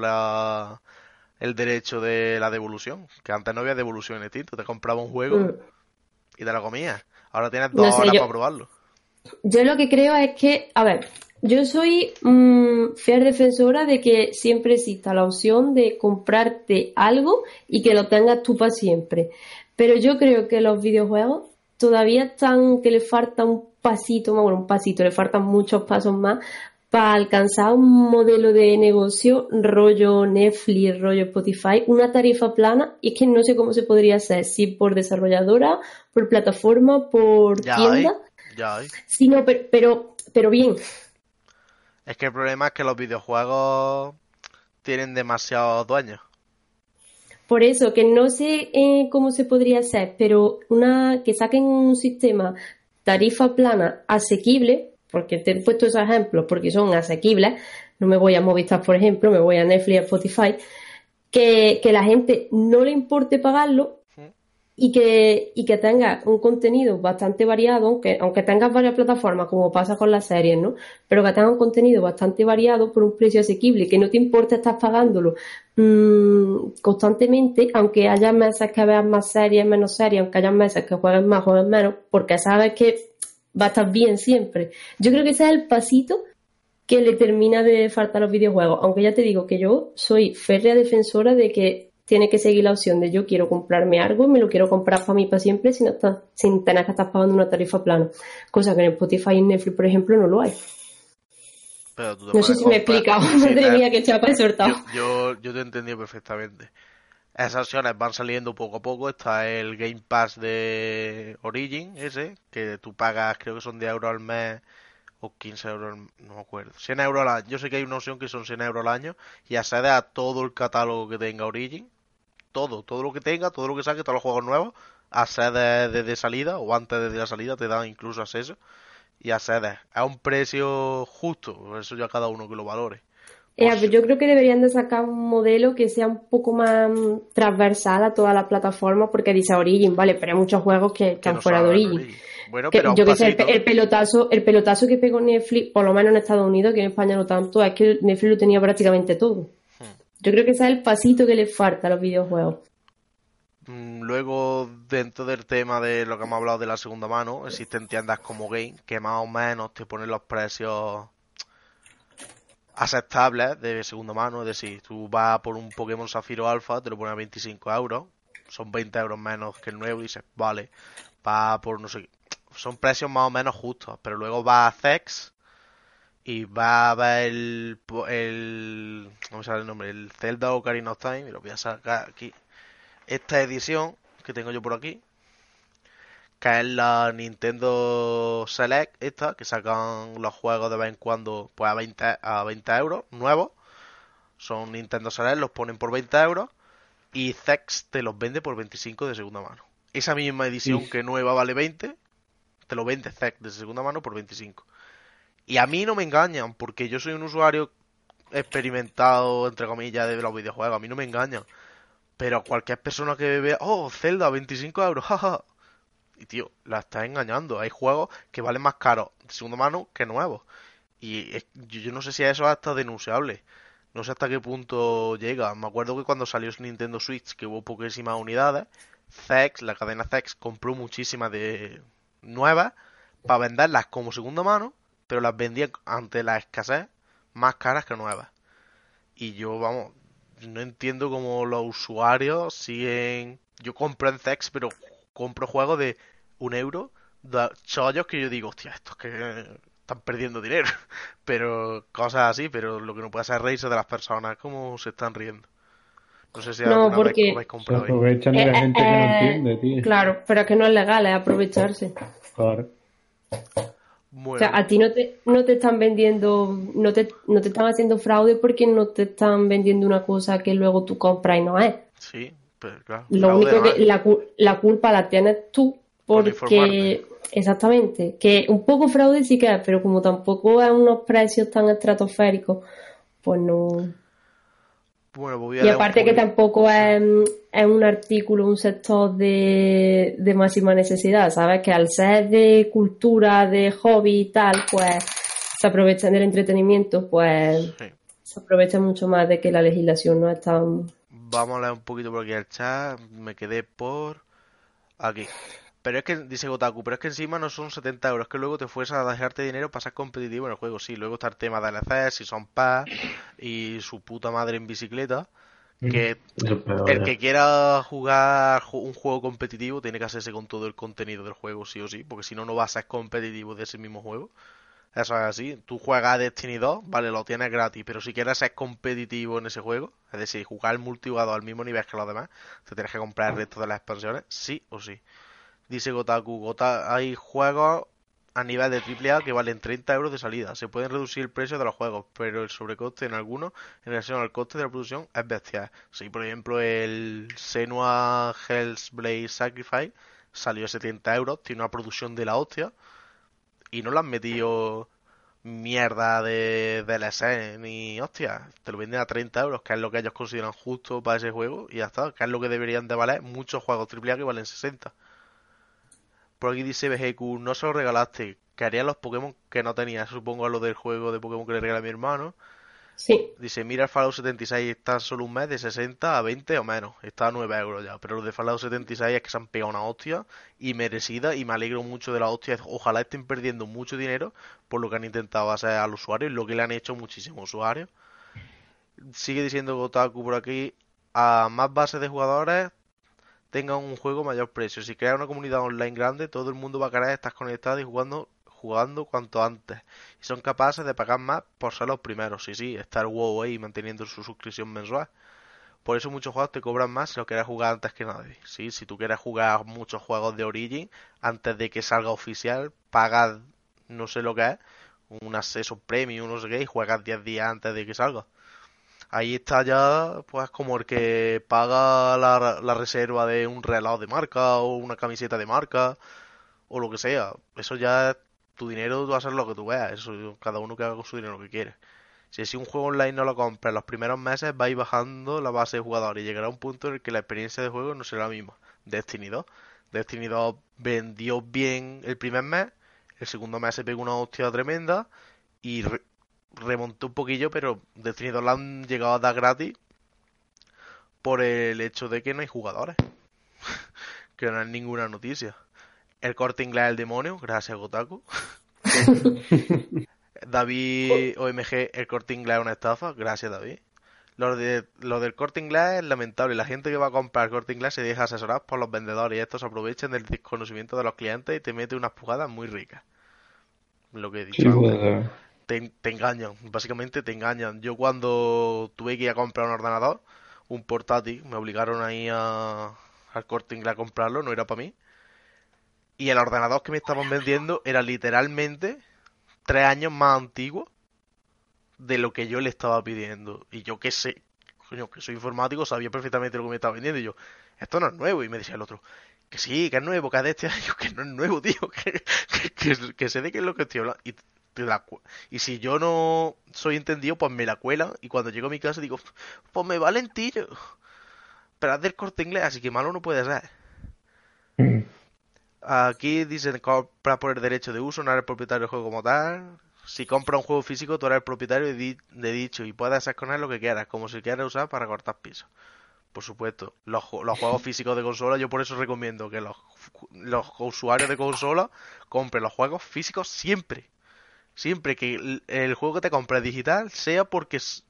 S2: el derecho de la devolución. Que antes no había devolución en Steam, tú te comprabas un juego
S3: Mm.
S2: y te la comías. Ahora tienes
S3: No
S2: 2
S3: sé,
S2: horas
S3: yo-
S2: para probarlo.
S3: Yo lo que creo es que, a ver, yo soy fiel defensora de que siempre exista la opción de comprarte algo y que lo tengas tú para siempre. Pero yo creo que los videojuegos todavía están, que le falta un pasito más, bueno, un pasito, le faltan muchos pasos más para alcanzar un modelo de negocio rollo Netflix, rollo Spotify, una tarifa plana, y es que no sé cómo se podría hacer, si por desarrolladora, por plataforma, por
S2: Ya
S3: tienda.
S2: hay.
S3: Sí, no, pero bien.
S2: Es que el problema es que los videojuegos tienen demasiados dueños.
S3: Por eso, que no sé cómo se podría hacer, pero que saquen un sistema tarifa plana asequible, porque te he puesto esos ejemplos porque son asequibles, no me voy a Movistar, por ejemplo, me voy a Netflix, a Spotify, que la gente no le importe pagarlo y que tenga un contenido bastante variado, aunque tengas varias plataformas, como pasa con las series, ¿no? Pero que tenga un contenido bastante variado por un precio asequible, que no te importe estar pagándolo constantemente, aunque haya meses que veas más series, menos series, aunque haya meses que juegues más, juegues menos, porque sabes que va a estar bien siempre. Yo creo que ese es el pasito que le termina de faltar a los videojuegos, aunque ya te digo que yo soy férrea defensora de que tiene que seguir la opción de yo quiero comprarme algo, me lo quiero comprar para mí para siempre sin tener que estar pagando una tarifa plana, cosa que en Spotify y en Netflix, por ejemplo, no lo hay.
S2: Pero tú te
S3: No sé
S2: puedes
S3: si me he
S2: comprar-
S3: explicado,
S2: Sí,
S3: madre mía, qué chapa he soltado.
S2: yo te he entendido perfectamente. Esas opciones van saliendo poco a poco. Está el Game Pass de Origin, ese, que tú pagas, creo que son 10 euros al mes o 15 euros, no me acuerdo. 100 euros al año. Yo sé que hay una opción que son 100 euros al año y accedes a todo el catálogo que tenga Origin. Todo lo que tenga, todo lo que saque, todos los juegos nuevos, accedes desde salida o antes de la salida, te dan incluso acceso y accedes a un precio justo, por eso ya cada uno que lo valore.
S3: Pues yo creo que deberían de sacar un modelo que sea un poco más transversal a toda la plataforma, porque dice Origin, vale, pero hay muchos juegos que están
S2: no
S3: fuera de
S2: salgan
S3: Origin.
S2: Bueno,
S3: Que,
S2: pero a un
S3: yo que sé,
S2: pasito.
S3: el pelotazo que pegó Netflix, por lo menos en Estados Unidos, que en España no tanto, es que Netflix lo tenía prácticamente todo. Yo creo que ese es el pasito que le falta a los videojuegos.
S2: Luego, dentro del tema de lo que hemos hablado de la segunda mano, existen tiendas como Game que más o menos te ponen los precios aceptables de segunda mano. Es decir, tú vas por un Pokémon Zafiro Alpha, te lo ponen a 25 euros, son 20 euros menos que el nuevo y dices, vale, va por no sé qué. Son precios más o menos justos, pero luego vas a Zex y va a ver ¿cómo se llama el nombre? El Zelda Ocarina of Time, y lo voy a sacar aquí. Esta edición que tengo yo por aquí, que es la Nintendo Select, esta, que sacan los juegos de vez en cuando pues a 20 euros nuevos. Son Nintendo Select, los ponen por 20 euros y Zex te los vende por 25 de segunda mano. Esa misma edición que nueva vale 20, te lo vende Zex de segunda mano por 25. Y a mí no me engañan, porque yo soy un usuario experimentado, entre comillas, de los videojuegos. A mí no me engañan. Pero cualquier persona que vea, oh, Zelda, 25 euros, jaja. Y tío, la estás engañando. Hay juegos que valen más caros de segunda mano que nuevos. Y yo no sé si eso es hasta denunciable. No sé hasta qué punto llega. Me acuerdo que cuando salió Nintendo Switch, que hubo poquísimas unidades, Zex, la cadena Zex, compró muchísimas de nuevas para venderlas como segunda mano, pero las vendía ante la escasez más caras que nuevas. Y yo, vamos, no entiendo cómo los usuarios siguen... Yo compro en Zex, pero compro juegos de 1 euro, de chollos que yo digo, hostia, estos que están perdiendo dinero. Pero cosas así, pero lo que no puede ser es reírse de las personas como se están riendo. No sé si
S3: No,
S2: alguna vez habéis
S3: porque,
S5: Se
S2: comprado ahí.
S5: aprovechan de la gente que no entiende, tío.
S3: claro, pero es que no es legal, es aprovecharse.
S5: Claro.
S3: O sea,
S2: Bueno,
S3: a ti no te están vendiendo, no te están haciendo fraude porque no te están vendiendo una cosa que luego tú compras y no es.
S2: sí, pero claro,
S3: Lo
S2: fraude
S3: único
S2: no
S3: que
S2: es,
S3: la culpa la tienes tú
S2: por no informarte.
S3: porque, exactamente, que un poco fraude sí que es, pero como tampoco es unos precios tan estratosféricos, pues no.
S2: Bueno, pues voy a
S3: Y
S2: leer un
S3: aparte que
S2: poquito.
S3: tampoco
S2: Sí,
S3: es un artículo, un sector de máxima necesidad, ¿sabes? Que al ser de cultura, de hobby y tal, pues se aprovechan del entretenimiento, pues
S2: sí.
S3: se aprovecha mucho más de que la legislación no es tan...
S2: Vamos a leer un poquito por aquí el chat. Me quedé por aquí. Pero es que, dice Gotaku, pero es que encima no son 70 euros, que luego te fueras a dejarte dinero para ser competitivo en el juego. Sí, luego está el tema de DLC, si son packs y su puta madre en bicicleta. Que
S4: Eso es peor
S2: el
S4: ya.
S2: que quiera jugar un juego competitivo tiene que hacerse con todo el contenido del juego, sí o sí, porque si no, no vas a ser competitivo de ese mismo juego. Eso es así. Tú juegas a Destiny 2, vale, lo tienes gratis, pero si quieres ser competitivo en ese juego, es decir, jugar el multijugador al mismo nivel que los demás, te tienes que comprar el resto de las expansiones, sí o sí. Dice Gotaku, hay juegos a nivel de AAA que valen 30 euros de salida. Se pueden reducir el precio de los juegos, pero el sobrecoste en algunos, en relación al coste de la producción, es bestial. Sí, por ejemplo, el Senua Hellblade Sacrifice salió a 70 euros, tiene una producción de la hostia, y no le han metido mierda de DLC ni hostia. Te lo venden a 30 euros, que es lo que ellos consideran justo para ese juego, y ya está, que es lo que deberían de valer muchos juegos AAA que valen 60. Por aquí dice BGQ, no se lo regalaste. Que harían los Pokémon que no tenía. Supongo a lo del juego de Pokémon que le regalé a mi hermano.
S3: Sí,
S2: Dice, mira el Fallout 76 está solo un mes de 60 a 20 o menos. Está a 9 euros ya. Pero los de Fallout 76 es que se han pegado una hostia y merecida. Y me alegro mucho de la hostia. Ojalá estén perdiendo mucho dinero por lo que han intentado hacer al usuario y lo que le han hecho muchísimos usuarios. Sigue diciendo Gotaku por aquí, a más bases de jugadores tengan un juego a mayor precio. Si creas una comunidad online grande, todo el mundo va a querer estar conectado y jugando cuanto antes. Y son capaces de pagar más por ser los primeros. Sí, sí, estar WoW ahí manteniendo su suscripción mensual. Por eso muchos juegos te cobran más si lo quieres jugar antes que nadie. Sí, si tú quieres jugar muchos juegos de Origin antes de que salga oficial, pagas no sé lo que es, un acceso premium, no sé qué, y juegas 10 días antes de que salga. Ahí está ya, pues como el que paga la reserva de un reloj de marca o una camiseta de marca o lo que sea. Eso ya es tu dinero, tú vas a hacer lo que tú veas. Eso cada uno que haga con su dinero lo que quiere. Si un juego online no lo compras en los primeros meses, va a ir bajando la base de jugadores y llegará un punto en el que la experiencia de juego no será la misma. Destiny 2. Destiny 2 vendió bien el primer mes, el segundo mes se pegó una hostia tremenda y remontó un poquillo, pero Destiny 2 la han llegado a dar gratis por el hecho de que no hay jugadores, que no es ninguna noticia. El Corte Inglés del demonio, gracias Gotaku. David OMG, el Corte Inglés es una estafa, gracias David. Lo del Corte Inglés es lamentable. La gente que va a comprar el Corte Inglés se deja asesorar por los vendedores y estos aprovechan del desconocimiento de los clientes y te mete unas pujadas muy ricas. Lo que he
S4: Sí,
S2: dicho antes.
S4: pues,
S2: Te engañan, básicamente te engañan. Yo cuando tuve que ir a comprar un ordenador, un portátil, me obligaron ahí al Corte Inglés a comprarlo, no era para mí. Y el ordenador que me estaban vendiendo era literalmente 3 años más antiguo de lo que yo le estaba pidiendo. Y yo que sé, coño, que soy informático, sabía perfectamente lo que me estaba vendiendo. Y yo, esto no es nuevo. Y me decía el otro, que sí, que es nuevo, que es de este año, que no es nuevo, tío, que sé de qué es lo que estoy hablando. Y si yo no soy entendido, pues me la cuelan. Y cuando llego a mi casa digo, pues me va lentillo. Pero es del Corte Inglés, así que malo no puede ser.
S4: Mm.
S2: Aquí dicen compra por el derecho de uso, no eres el propietario del juego como tal. Si compras un juego físico, tú eres el propietario de dicho y puedes hacer con él lo que quieras, como si quieres usar para cortar pisos. Por supuesto, los juegos físicos de consola, yo por eso recomiendo que los usuarios de consola compren los juegos físicos siempre. Siempre que el juego que te compres digital sea porque es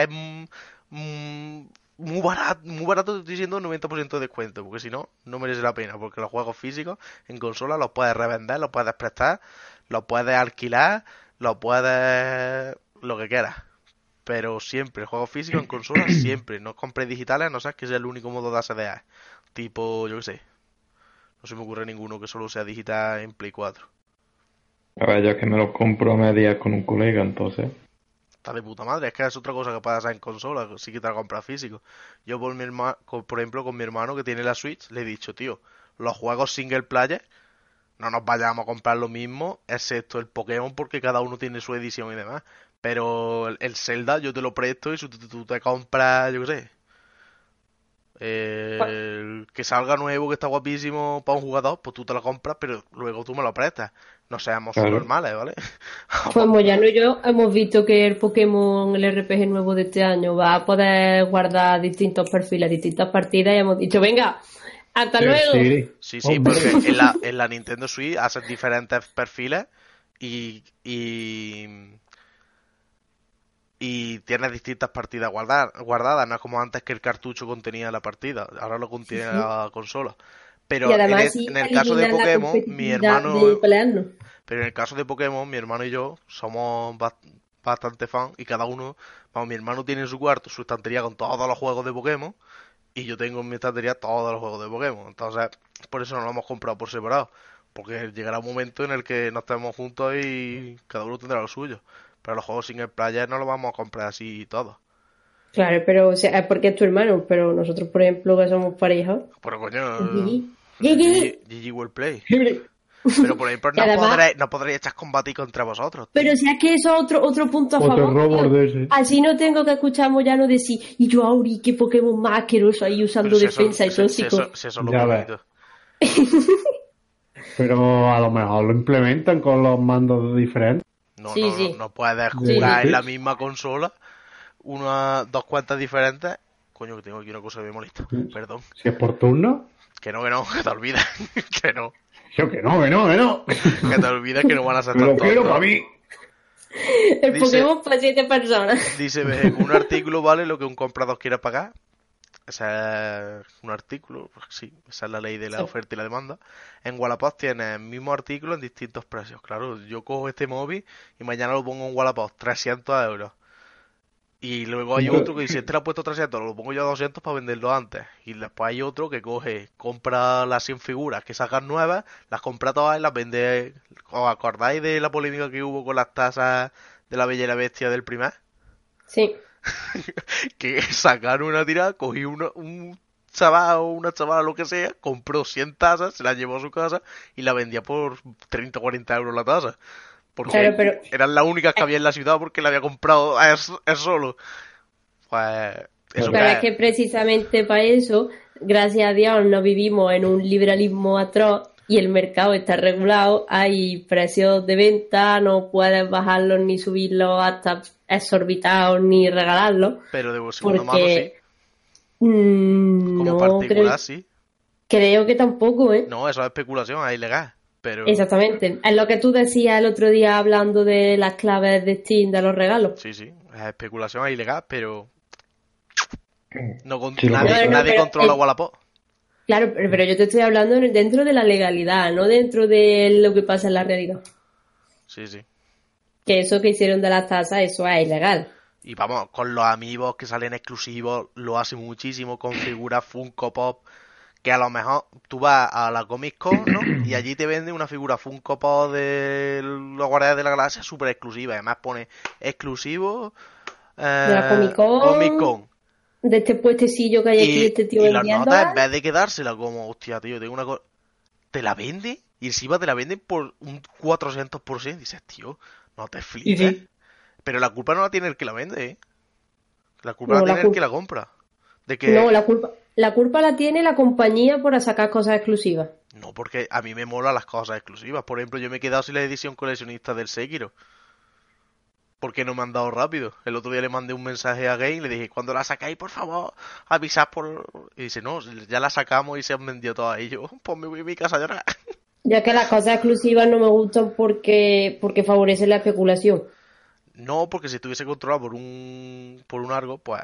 S2: muy barato te estoy diciendo un 90% de descuento, porque si no, no merece la pena, porque los juegos físicos en consola los puedes revender, los puedes prestar, los puedes alquilar, los puedes lo que quieras. Pero siempre, el juego físico en consola, siempre. No compres digitales, no sabes que sea el único modo de acceder. Tipo, yo qué sé. No se me ocurre ninguno que solo sea digital en Play 4.
S4: A ver, yo es que me los compro a medias con un colega, entonces.
S2: Está de puta madre, es que es otra cosa que puedes hacer en consola, sí que te la compras físico. Yo por ejemplo, con mi hermano que tiene la Switch, le he dicho, tío, los juegos single player, no nos vayamos a comprar lo mismo, excepto el Pokémon, porque cada uno tiene su edición y demás. Pero el Zelda yo te lo presto y si tú te compras, yo qué sé, el que salga nuevo, que está guapísimo para un jugador, pues tú te lo compras, pero luego tú me lo prestas. No seamos
S4: Claro.
S2: normales, ¿vale?
S3: Pues Moyano y yo hemos visto que el Pokémon, el RPG nuevo de este año, va a poder guardar distintos perfiles, distintas partidas y hemos dicho, venga, hasta luego.
S2: Sí,
S5: Hombre.
S2: porque en la Nintendo Switch hacen diferentes perfiles y tienes distintas partidas guardadas, no es como antes que el cartucho contenía la partida, ahora lo contiene la consola. Pero
S3: Y además sí
S2: en el caso de
S3: eliminan la
S2: Pokémon, mi
S3: competitividad
S2: hermano,
S3: de pelearnos.
S2: pero en el caso de Pokémon, mi hermano y yo somos bastante fan y cada uno, vamos, mi hermano tiene en su cuarto su estantería con todos los juegos de Pokémon y yo tengo en mi estantería todos los juegos de Pokémon. Entonces, por eso no lo hemos comprado por separado, porque llegará un momento en el que no estemos juntos y cada uno tendrá lo suyo. Pero los juegos single player no los vamos a comprar así todos.
S3: Claro, pero o sea, es porque es tu hermano, pero nosotros, por ejemplo, que somos pareja.
S2: Pero coño,
S3: GG.
S2: GG Wordplay. Pero por ejemplo,
S3: Y además-
S2: no podréis echar combatir contra vosotros.
S3: Pero si es que eso es otro punto a
S5: Otro
S3: favor.
S5: robot
S3: tío.
S5: de ese.
S3: Así no tengo que escuchar a Moyano decir, y yo, Auri, qué Pokémon más asqueroso ahí usando defensa y tóxico.
S2: Si eso es lo
S5: Ya
S2: bonito.
S5: Pero a lo mejor lo implementan con los mandos diferentes.
S2: No,
S3: Sí, sí.
S2: no puedes
S5: Sí,
S2: jugar
S5: sí.
S2: en la misma consola dos cuentas diferentes. Coño, que tengo aquí una cosa que me molesta. Perdón.
S5: Si es por turno.
S2: Que no, que te olvidas. Que no.
S5: Yo que no, que no, que no.
S2: Que te olvidas que no van a ser
S5: Me lo
S2: tan
S5: quiero
S2: tontos.
S5: para mí.
S3: El
S2: Dice-
S3: Pokémon para 7 personas.
S2: Dice que un artículo vale lo que un comprador quiera pagar. O sea, un artículo, pues sí, esa es la ley de la
S3: Sí.
S2: oferta y la demanda. En Wallapop tienes el mismo artículo en distintos precios. Claro, yo cojo este móvil y mañana lo pongo en Wallapop, 300 euros. Y luego hay otro que dice, este lo ha puesto 300, lo pongo yo a 200 para venderlo antes. Y después hay otro que compra las 100 figuras que sacan nuevas, las compra todas y las vende. ¿Os acordáis de la polémica que hubo con las tasas de la Bella y la Bestia del primer?
S3: Sí.
S2: Que sacaron una tirada, cogí un chaval o una chavala, lo que sea, compró 100 tazas, se las llevó a su casa y la vendía por 30 o 40 euros la taza. Porque
S3: Claro, pero-
S2: eran las únicas que había en la ciudad porque la había comprado a él solo. Pues eso
S3: Pero es que
S2: que
S3: precisamente para eso, gracias a Dios, no vivimos en un liberalismo atroz y el mercado está regulado, hay precios de venta, no puedes bajarlos ni subirlos hasta exorbitados ni regalarlos.
S2: pero de segunda
S3: porque-
S2: mano sí, como
S3: No,
S2: particular sí.
S3: creo que tampoco, ¿eh?
S2: No, eso es especulación, es ilegal. Pero
S3: Exactamente. Es lo que tú decías el otro día hablando de las claves de Steam, de los regalos.
S2: sí, es especulación, es ilegal, pero no,
S4: Sí, lo que
S2: nadie,
S3: No,
S2: nadie
S3: pero
S2: controla Wallapop.
S3: Claro, pero yo te estoy hablando dentro de la legalidad, no dentro de lo que pasa en la realidad.
S2: Sí, sí.
S3: Que eso que hicieron de las tasas, eso es ilegal.
S2: Y vamos, con los amigos que salen exclusivos, lo hace muchísimo con figuras Funko Pop, que a lo mejor tú vas a la Comic Con, ¿no? Y allí te venden una figura Funko Pop de los Guardianes de la Galaxia súper exclusiva. Además pone exclusivo
S3: De la Comic Con.
S2: Comic Con.
S3: De este puestecillo que hay aquí, este tío
S2: y las
S3: vendiéndola.
S2: notas, en vez de quedársela como, hostia, tío, tengo una cosa... Te la vende y encima te la venden por un 400%. Dices, tío, no te flipes.
S3: sí.
S2: Pero la culpa no la tiene el que la vende, ¿eh? La culpa
S3: No,
S2: la
S3: la
S2: tiene el
S3: cul-
S2: que la compra. De que...
S3: No, la culpa la tiene la compañía por sacar cosas exclusivas.
S2: No, porque a mí me molan las cosas exclusivas. Por ejemplo, yo me he quedado sin la edición coleccionista del Sekiro. Porque no me han dado rápido. El otro día le mandé un mensaje a Game y le dije, cuando la sacáis, por favor, avisad por... Y dice, no, ya la sacamos y se han vendido todas. Y yo, pues me voy a mi casa a llorar.
S3: Ya que las cosas exclusivas no me gustan porque favorecen la especulación.
S2: No, porque si estuviese controlado por un algo, pues...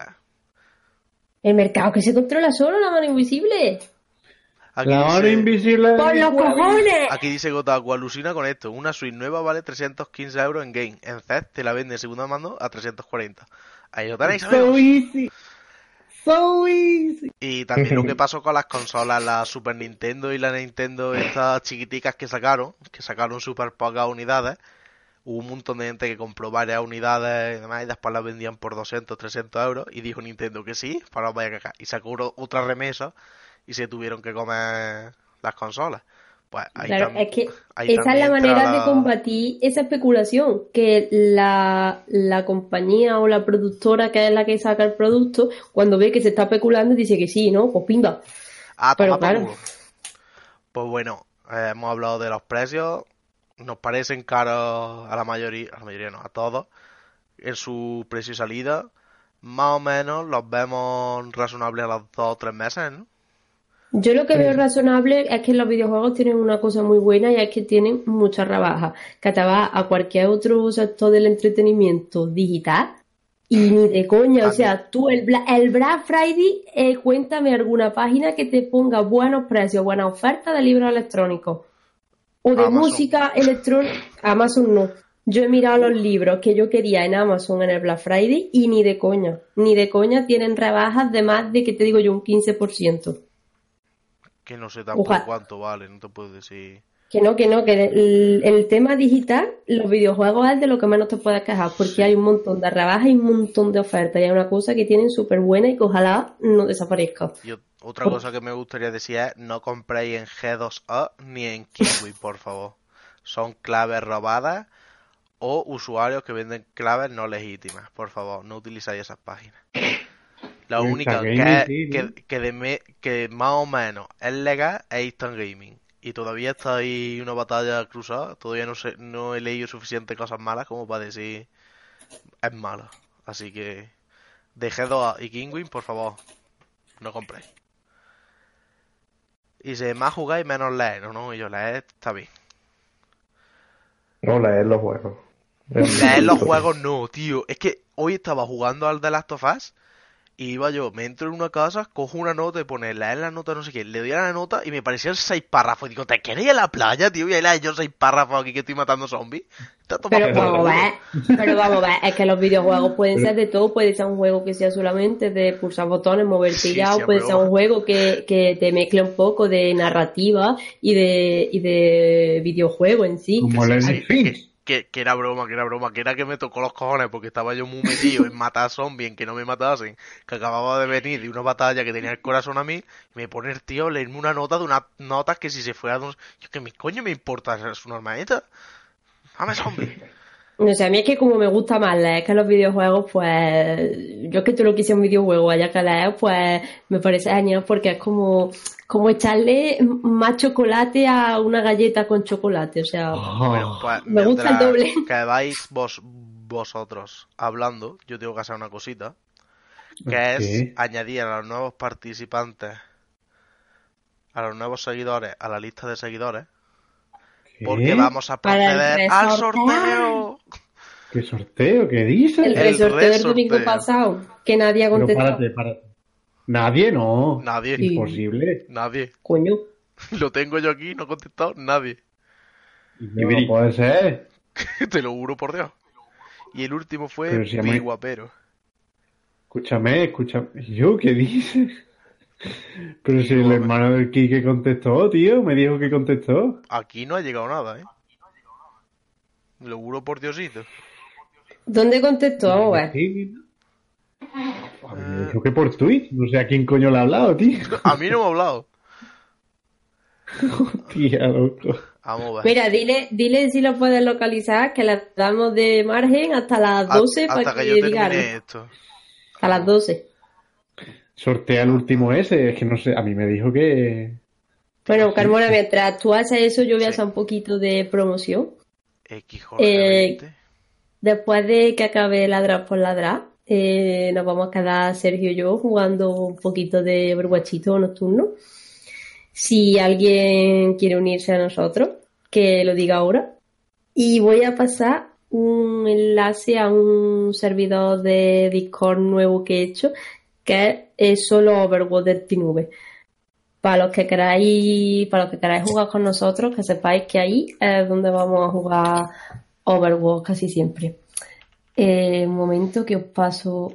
S3: El mercado que se controla solo, la mano invisible.
S2: Aquí
S5: La mano
S2: dice,
S5: invisible.
S3: ¡Por los cojones!
S2: aquí dice Gotaku, alucina con esto. Una Switch nueva vale 315 euros en Game. En Zed te la vende en segunda mano a 340. Ahí lo tenéis,
S5: So
S2: amigos.
S5: easy. So easy.
S2: Y también lo que pasó con las consolas, la Super Nintendo y la Nintendo, estas chiquiticas que sacaron súper pocas unidades. Hubo un montón de gente que compró varias unidades y demás, y después las vendían por 200, 300 euros. Y dijo Nintendo que sí, para los vaya a cagar. Y sacó otra remesa y se tuvieron que comer las consolas. Pues ahí
S3: Claro, es que
S2: ahí
S3: esa es la
S2: también entra
S3: manera de combatir esa especulación, que la compañía o la productora que es la que saca el producto, cuando ve que se está especulando, dice que sí, ¿no? Pues pimba.
S2: Ah,
S3: Pero
S2: toma por
S3: claro.
S2: culo. Pues bueno, hemos hablado de los precios. Nos parecen caros a la mayoría no, a todos, en su precio y salida. Más o menos los vemos razonables a los 2 o 3 meses, ¿no?
S3: Yo lo que veo razonable es que los videojuegos tienen una cosa muy buena y es que tienen muchas rebajas. Que te vas a cualquier otro sector del entretenimiento digital y ni de coña. O sea, tú el Black Friday, cuéntame alguna página que te ponga buenos precios, buenas ofertas de libros electrónicos. O de
S2: Amazon.
S3: música electrónica. Amazon no. Yo he mirado los libros que yo quería en Amazon en el Black Friday y ni de coña. Ni de coña tienen rebajas de más de, que te digo yo, un 15%.
S2: Que no sé tampoco
S3: Ojalá.
S2: cuánto vale, no te puedo decir.
S3: Que el tema digital, los videojuegos es de lo que menos te puedes quejar, porque hay un montón de rebajas y un montón de ofertas, y hay una cosa que tienen súper buena y que ojalá no desaparezca.
S2: Y otra cosa que me gustaría decir es, no compréis en G2A ni en Kiwi, por favor. Son claves robadas o usuarios que venden claves no legítimas. Por favor, no utilizáis esas páginas. La
S5: En
S2: única
S5: Instant
S2: que,
S5: Gaming, sí, ¿no?
S2: que más o menos es legal es Instant Gaming. Y todavía está ahí una batalla cruzada. Todavía no he leído suficientes cosas malas como para decir es malo. Así que de G2A y Kingwin, por favor, no compréis. Y si más jugáis, menos leer, ¿no? Y yo leer está bien.
S4: No, leer los juegos.
S2: Leer los juegos no, tío. Es que hoy estaba jugando al The Last of Us y iba yo, me entro en una casa, cojo una nota y pone leer la nota, no sé qué. Le doy a la nota y me parecían 6 párrafos. Y digo, ¿te quieres ir a la playa, tío? Y ahí leo yo 6 párrafos aquí que estoy matando zombies.
S3: Pero vamos a ver, es que los videojuegos pueden ser de todo, puede ser un juego que sea solamente de pulsar botones, moverte
S2: Sí,
S3: ya,
S2: sí,
S3: o puede
S2: broma.
S3: ser un juego que te mezcle un poco de narrativa y de videojuego en sí.
S5: Como el
S2: Sí,
S5: Netflix.
S2: que era broma, que era que me tocó los cojones porque estaba yo muy metido en matar zombies, en que no me matasen, que acababa de venir de una batalla que tenía el corazón a mí, y me pone el tío a leerme una nota de unas notas que si se fuera... Yo que mi coño me importa, es una hermanita. Dame zombie.
S3: No sé, a mí es que como me gusta más leer que los videojuegos, pues yo es que tú lo quise un videojuego, allá que leer, pues me parece genial porque es como echarle más chocolate a una galleta con chocolate, o sea,
S2: Bueno, pues
S3: Me gusta el
S2: mientras
S3: doble.
S2: que vais vosotros hablando, yo tengo que hacer una cosita, que es
S5: ¿Qué?
S2: añadir a los nuevos participantes, a los nuevos seguidores, a la lista de seguidores, porque
S5: ¿Qué?
S2: vamos a
S3: Para el
S2: proceder al
S3: resorteo.
S2: sorteo.
S5: ¿Qué sorteo? ¿Qué dices?
S3: el
S2: El
S3: resorteo del domingo
S2: resorteo.
S3: pasado, que nadie ha
S5: Pero
S3: contestado.
S5: párate. Nadie, no.
S2: Nadie.
S3: Sí.
S5: Imposible.
S2: Nadie.
S3: Coño.
S2: Lo tengo yo aquí, no ha contestado nadie.
S5: No, no puede ser.
S2: Te lo juro por Dios. Y el último fue
S5: Pero si a mí-
S2: Guapero.
S5: Escúchame. ¿Yo qué dices? Pero si el hermano del Quique contestó, tío. Me dijo que contestó.
S2: Aquí no ha llegado nada, ¿eh? Lo juro por Diosito.
S3: ¿Dónde contestó? Vamos a ver.
S5: Sí. A mí me dijo que por Twitch. No sé a quién coño le ha hablado, tío.
S2: A mí no me ha hablado.
S5: Tía, loco.
S2: Vamos a ver.
S3: Mira, dile si lo puedes localizar, que le damos de margen hasta las 12
S2: Hasta
S3: para
S2: que yo
S3: diga algo.
S2: termine esto.
S3: A las 12.
S5: sortea el último ese. Es que no sé, a mí me dijo que...
S3: Bueno, Carmona, mientras tú haces eso, yo voy a hacer un poquito de promoción.
S2: XJ20.
S3: Después de que acabe Ladrar por Ladrar, nos vamos a quedar Sergio y yo jugando un poquito de Overwatchito nocturno. Si alguien quiere unirse a nosotros, que lo diga ahora. Y voy a pasar un enlace a un servidor de Discord nuevo que he hecho, que es solo Overwatch del Tinube. Para los que queráis jugar con nosotros, que sepáis que ahí es donde vamos a jugar Overwatch casi siempre. Un momento que os paso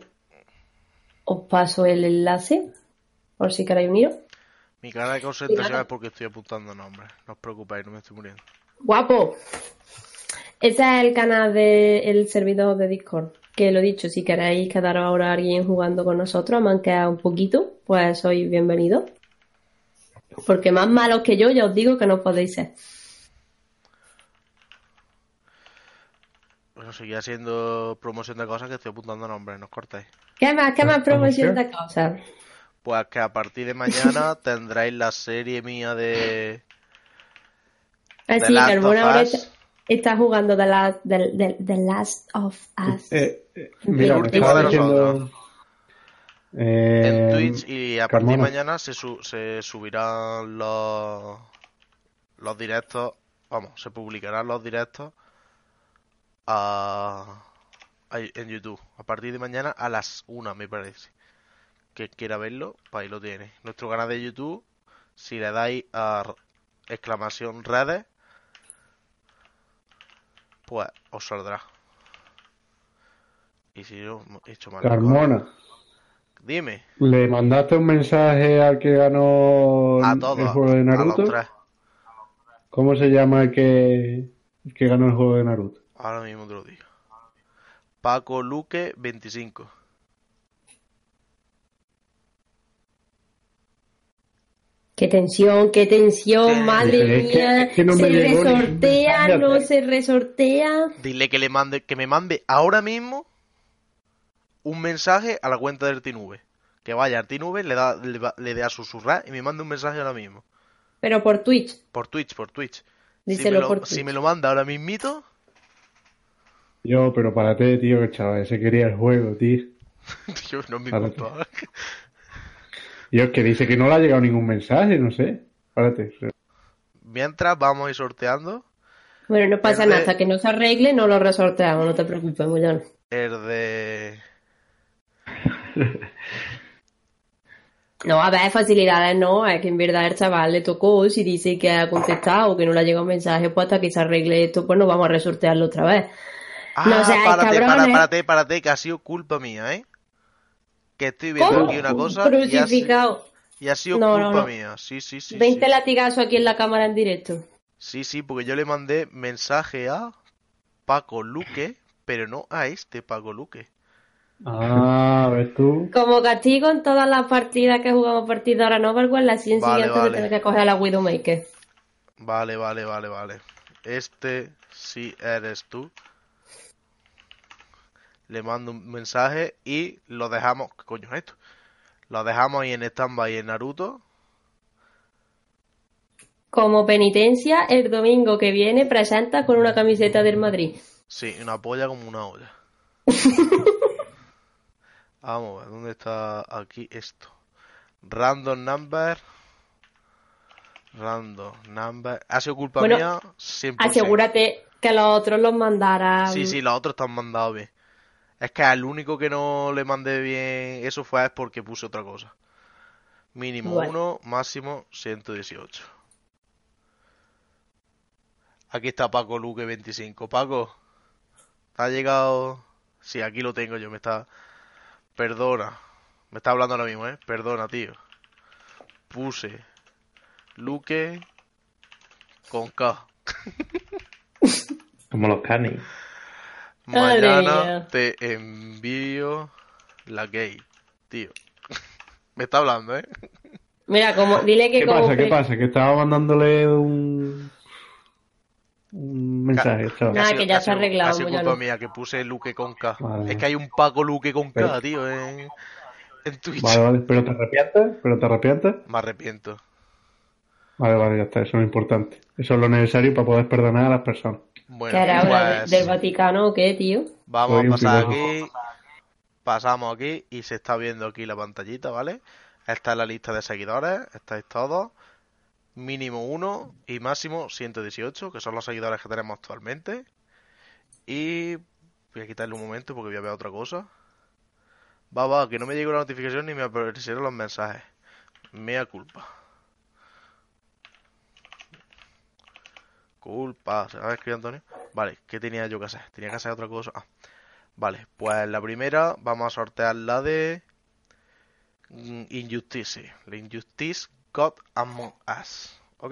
S3: el enlace, por si queréis uniros.
S2: Mi cara de concentración es porque estoy apuntando nombres. No os preocupéis, no me estoy muriendo.
S3: ¡Guapo! Ese es el canal del servidor de Discord. Que lo dicho, si queréis quedaros ahora alguien jugando con nosotros, manquear un poquito, pues sois bienvenidos. Porque más malos que yo, ya os digo que no podéis ser.
S2: Bueno, seguir haciendo promoción de cosas que estoy apuntando nombres, no os cortéis.
S3: ¿Qué más promoción de cosas?
S2: Pues que a partir de mañana tendréis la serie mía de...
S3: Así, Carmona ahora está jugando The Last of Us.
S5: Mira,
S2: el último de nosotros. En
S5: En
S2: Twitch, y a partir de mañana se subirán los directos, vamos, se publicarán los directos en YouTube. A partir de mañana a las 1, me parece. Que quiera verlo, pues ahí lo tiene. Nuestro canal de YouTube, si le dais a exclamación redes, pues os saldrá. Y si yo he hecho mal.
S5: Carmona.
S2: Dime.
S5: ¿Le mandaste un mensaje al que ganó
S2: A todos,
S5: el juego de Naruto?
S2: a los 3.
S5: ¿Cómo se llama el que ganó el juego de Naruto?
S2: Ahora mismo te lo digo. Paco Luque 25.
S3: ¡Qué tensión, madre mía!
S5: Es que no me llegó
S3: ¿Se resortea, no se resortea?
S2: Dile que me mande ahora mismo un mensaje a la cuenta del Tinube. Que vaya al Tinube, le dé a susurrar y me mande un mensaje ahora mismo.
S3: Pero por Twitch.
S2: Por Twitch.
S3: Díselo por Twitch.
S2: Si me lo manda ahora mismito...
S5: Pero párate, tío, que el chaval ese quería el juego, tío.
S2: Tío, no me culpa.
S5: Dios, que dice que no le ha llegado ningún mensaje, no sé. Párate.
S2: Mientras vamos a ir sorteando.
S3: Bueno, no pasa nada, hasta que no se arregle no lo resorteamos, no te preocupes, Mollón. No, a ver, facilidades no, es que en verdad el chaval le tocó, si dice que ha contestado o que no le ha llegado un mensaje, pues hasta que se arregle esto, pues no vamos a resortearlo otra vez. No, o sea,
S2: párate, que ha sido culpa mía, ¿eh? Que estoy viendo aquí una cosa
S3: crucificado.
S2: Y ha sido culpa mía. Sí.
S3: 20 latigazos aquí en la cámara en directo.
S2: Sí, porque yo le mandé mensaje a Paco Luque, pero no a este Paco Luque.
S5: ¿Ves tú?
S3: Como castigo en todas las partidas que jugamos partidas ahora en Overwatch, la siguiente de tener que coger a la Widowmaker.
S2: Vale. Este sí eres tú. Le mando un mensaje y lo dejamos... ¿Qué coño es esto? Lo dejamos ahí en stand-by en Naruto.
S3: Como penitencia, el domingo que viene presenta con una camiseta del Madrid.
S2: Sí, una polla como una olla. Vamos a ver, ¿dónde está aquí esto? Random number. Ha sido culpa mía, 100%.
S3: Asegúrate que los otros los mandaran.
S2: Sí, los otros están mandados bien. Es que al único que no le mandé bien eso fue porque puse otra cosa. Mínimo 1, máximo 118. Aquí está Paco Luque 25. Paco, ¿te ha llegado? Sí, aquí lo tengo yo, Perdona. Me está hablando ahora mismo, ¿eh? Perdona, tío. Puse Luque con K.
S4: Como los canis.
S2: Mañana te envío la gay, tío. Me está hablando, ¿eh?
S3: Mira, dile que
S5: ¿Qué pasa? Que estaba mandándole un mensaje.
S3: Nada, que ya se ha arreglado.
S2: Ha sido culpa mía que puse Luque con K. Vale. Es que hay un Paco Luque con K, tío. En Twitch.
S5: Vale, ¿pero te arrepientes?
S2: Me arrepiento.
S5: Vale, ya está, eso es lo importante. Eso es lo necesario para poder perdonar a las personas.
S2: Bueno,
S3: ¿Qué hará ahora
S2: pues
S3: del Vaticano o qué, tío?
S2: vamos
S5: Soy
S2: a
S5: un
S2: pasar
S5: filósofo.
S2: aquí. Pasamos aquí y se está viendo aquí la pantallita, ¿vale? Esta es la lista de seguidores, estáis todos. Mínimo 1 y máximo 118, que son los seguidores que tenemos actualmente. Y voy a quitarle un momento porque voy a ver otra cosa. Va, que no me llegó la notificación ni me aparecieron los mensajes. Mea culpa. ¿Sabes escribir, Antonio? Vale, ¿qué tenía yo que hacer? Tenía que hacer otra cosa. Vale, pues la primera vamos a sortear la de Injustice. La Injustice God Among Us. ¿Ok?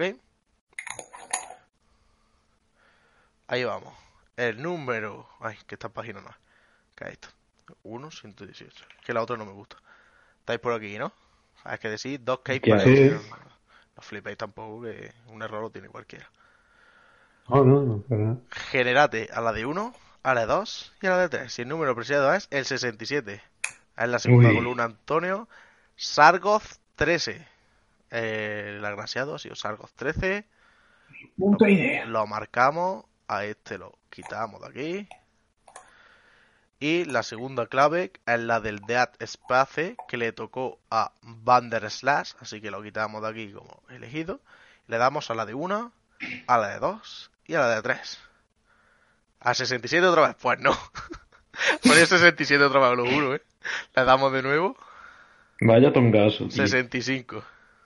S2: Ahí vamos. El número... Ay, que esta página no es. ¿Qué es esto? 118. Que la otra no me gusta. Estáis por aquí, ¿no? Es que decir 2K
S4: ¿Qué
S2: para
S4: haces?
S2: ellos. No flipéis tampoco, que un error lo tiene cualquiera.
S5: No, pero...
S2: Generate a la de 1, a la de 2 y a la de 3. Si el número preciado es el 67. Es la segunda
S4: Uy.
S2: columna, Antonio. Sargoz 13. El agraciado ha sido Sargoz 13.
S5: Puta idea.
S2: Lo marcamos. A este lo quitamos de aquí. Y la segunda clave es la del Dead Space, que le tocó a Vanderslash. Así que lo quitamos de aquí como elegido. Le damos a la de 1, a la de 2 y a la de 3. ¿A 67 otra vez? Pues no. Pone 67 otra vez, lo juro, ¿eh? Le damos de nuevo.
S4: Vaya tongazo, tío.
S2: 65.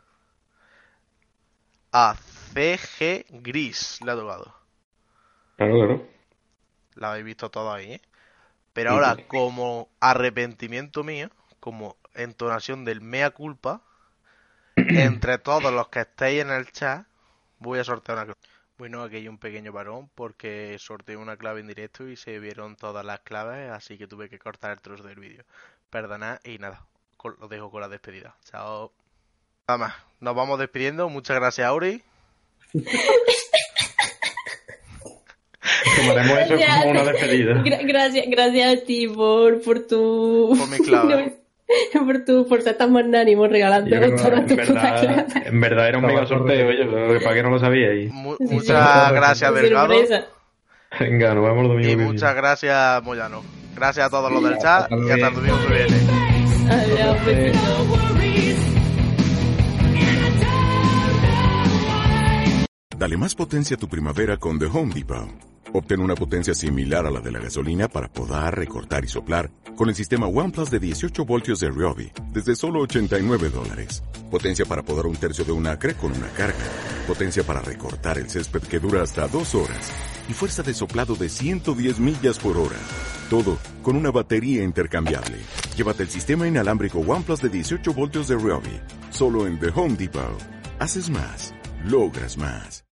S2: A CG Gris le ha tocado.
S4: Claro.
S2: La habéis visto todo ahí, ¿eh? Pero ahora, como arrepentimiento mío, como entonación del mea culpa, entre todos los que estéis en el chat, voy a sortear una clave. Bueno, aquí hay un pequeño parón porque sorteé una clave en directo y se vieron todas las claves, así que tuve que cortar el trozo del vídeo. Perdonad y nada, lo dejo con la despedida. Chao. Nada más, nos vamos despidiendo. Muchas gracias, Auri.
S4: Tomaremos eso como una despedida.
S3: Gracias a ti por tu...
S2: Por mi clave.
S3: por ser tan magnánimo regalando
S4: Yo creo
S3: todas
S4: que
S3: tus putas claves.
S4: en verdad era un mega sorteo, oye, ¿para qué no lo sabíais?
S2: Muchas gracias, Delgado.
S3: Sorpresa.
S4: Venga, nos vemos el domingo
S2: Y
S4: que viene.
S2: muchas gracias, Moyano. Gracias a todos los del chat y hasta el domingo que viene.
S3: Adiós, besitos.
S6: Dale más potencia a tu primavera con The Home Depot. Obtén una potencia similar a la de la gasolina para podar, recortar y soplar con el sistema OnePlus de 18 voltios de Ryobi desde solo $89. Potencia para podar un tercio de un acre con una carga. Potencia para recortar el césped que dura hasta 2 horas. Y fuerza de soplado de 110 millas por hora. Todo con una batería intercambiable. Llévate el sistema inalámbrico OnePlus de 18 voltios de Ryobi. Solo en The Home Depot. Haces más. Logras más.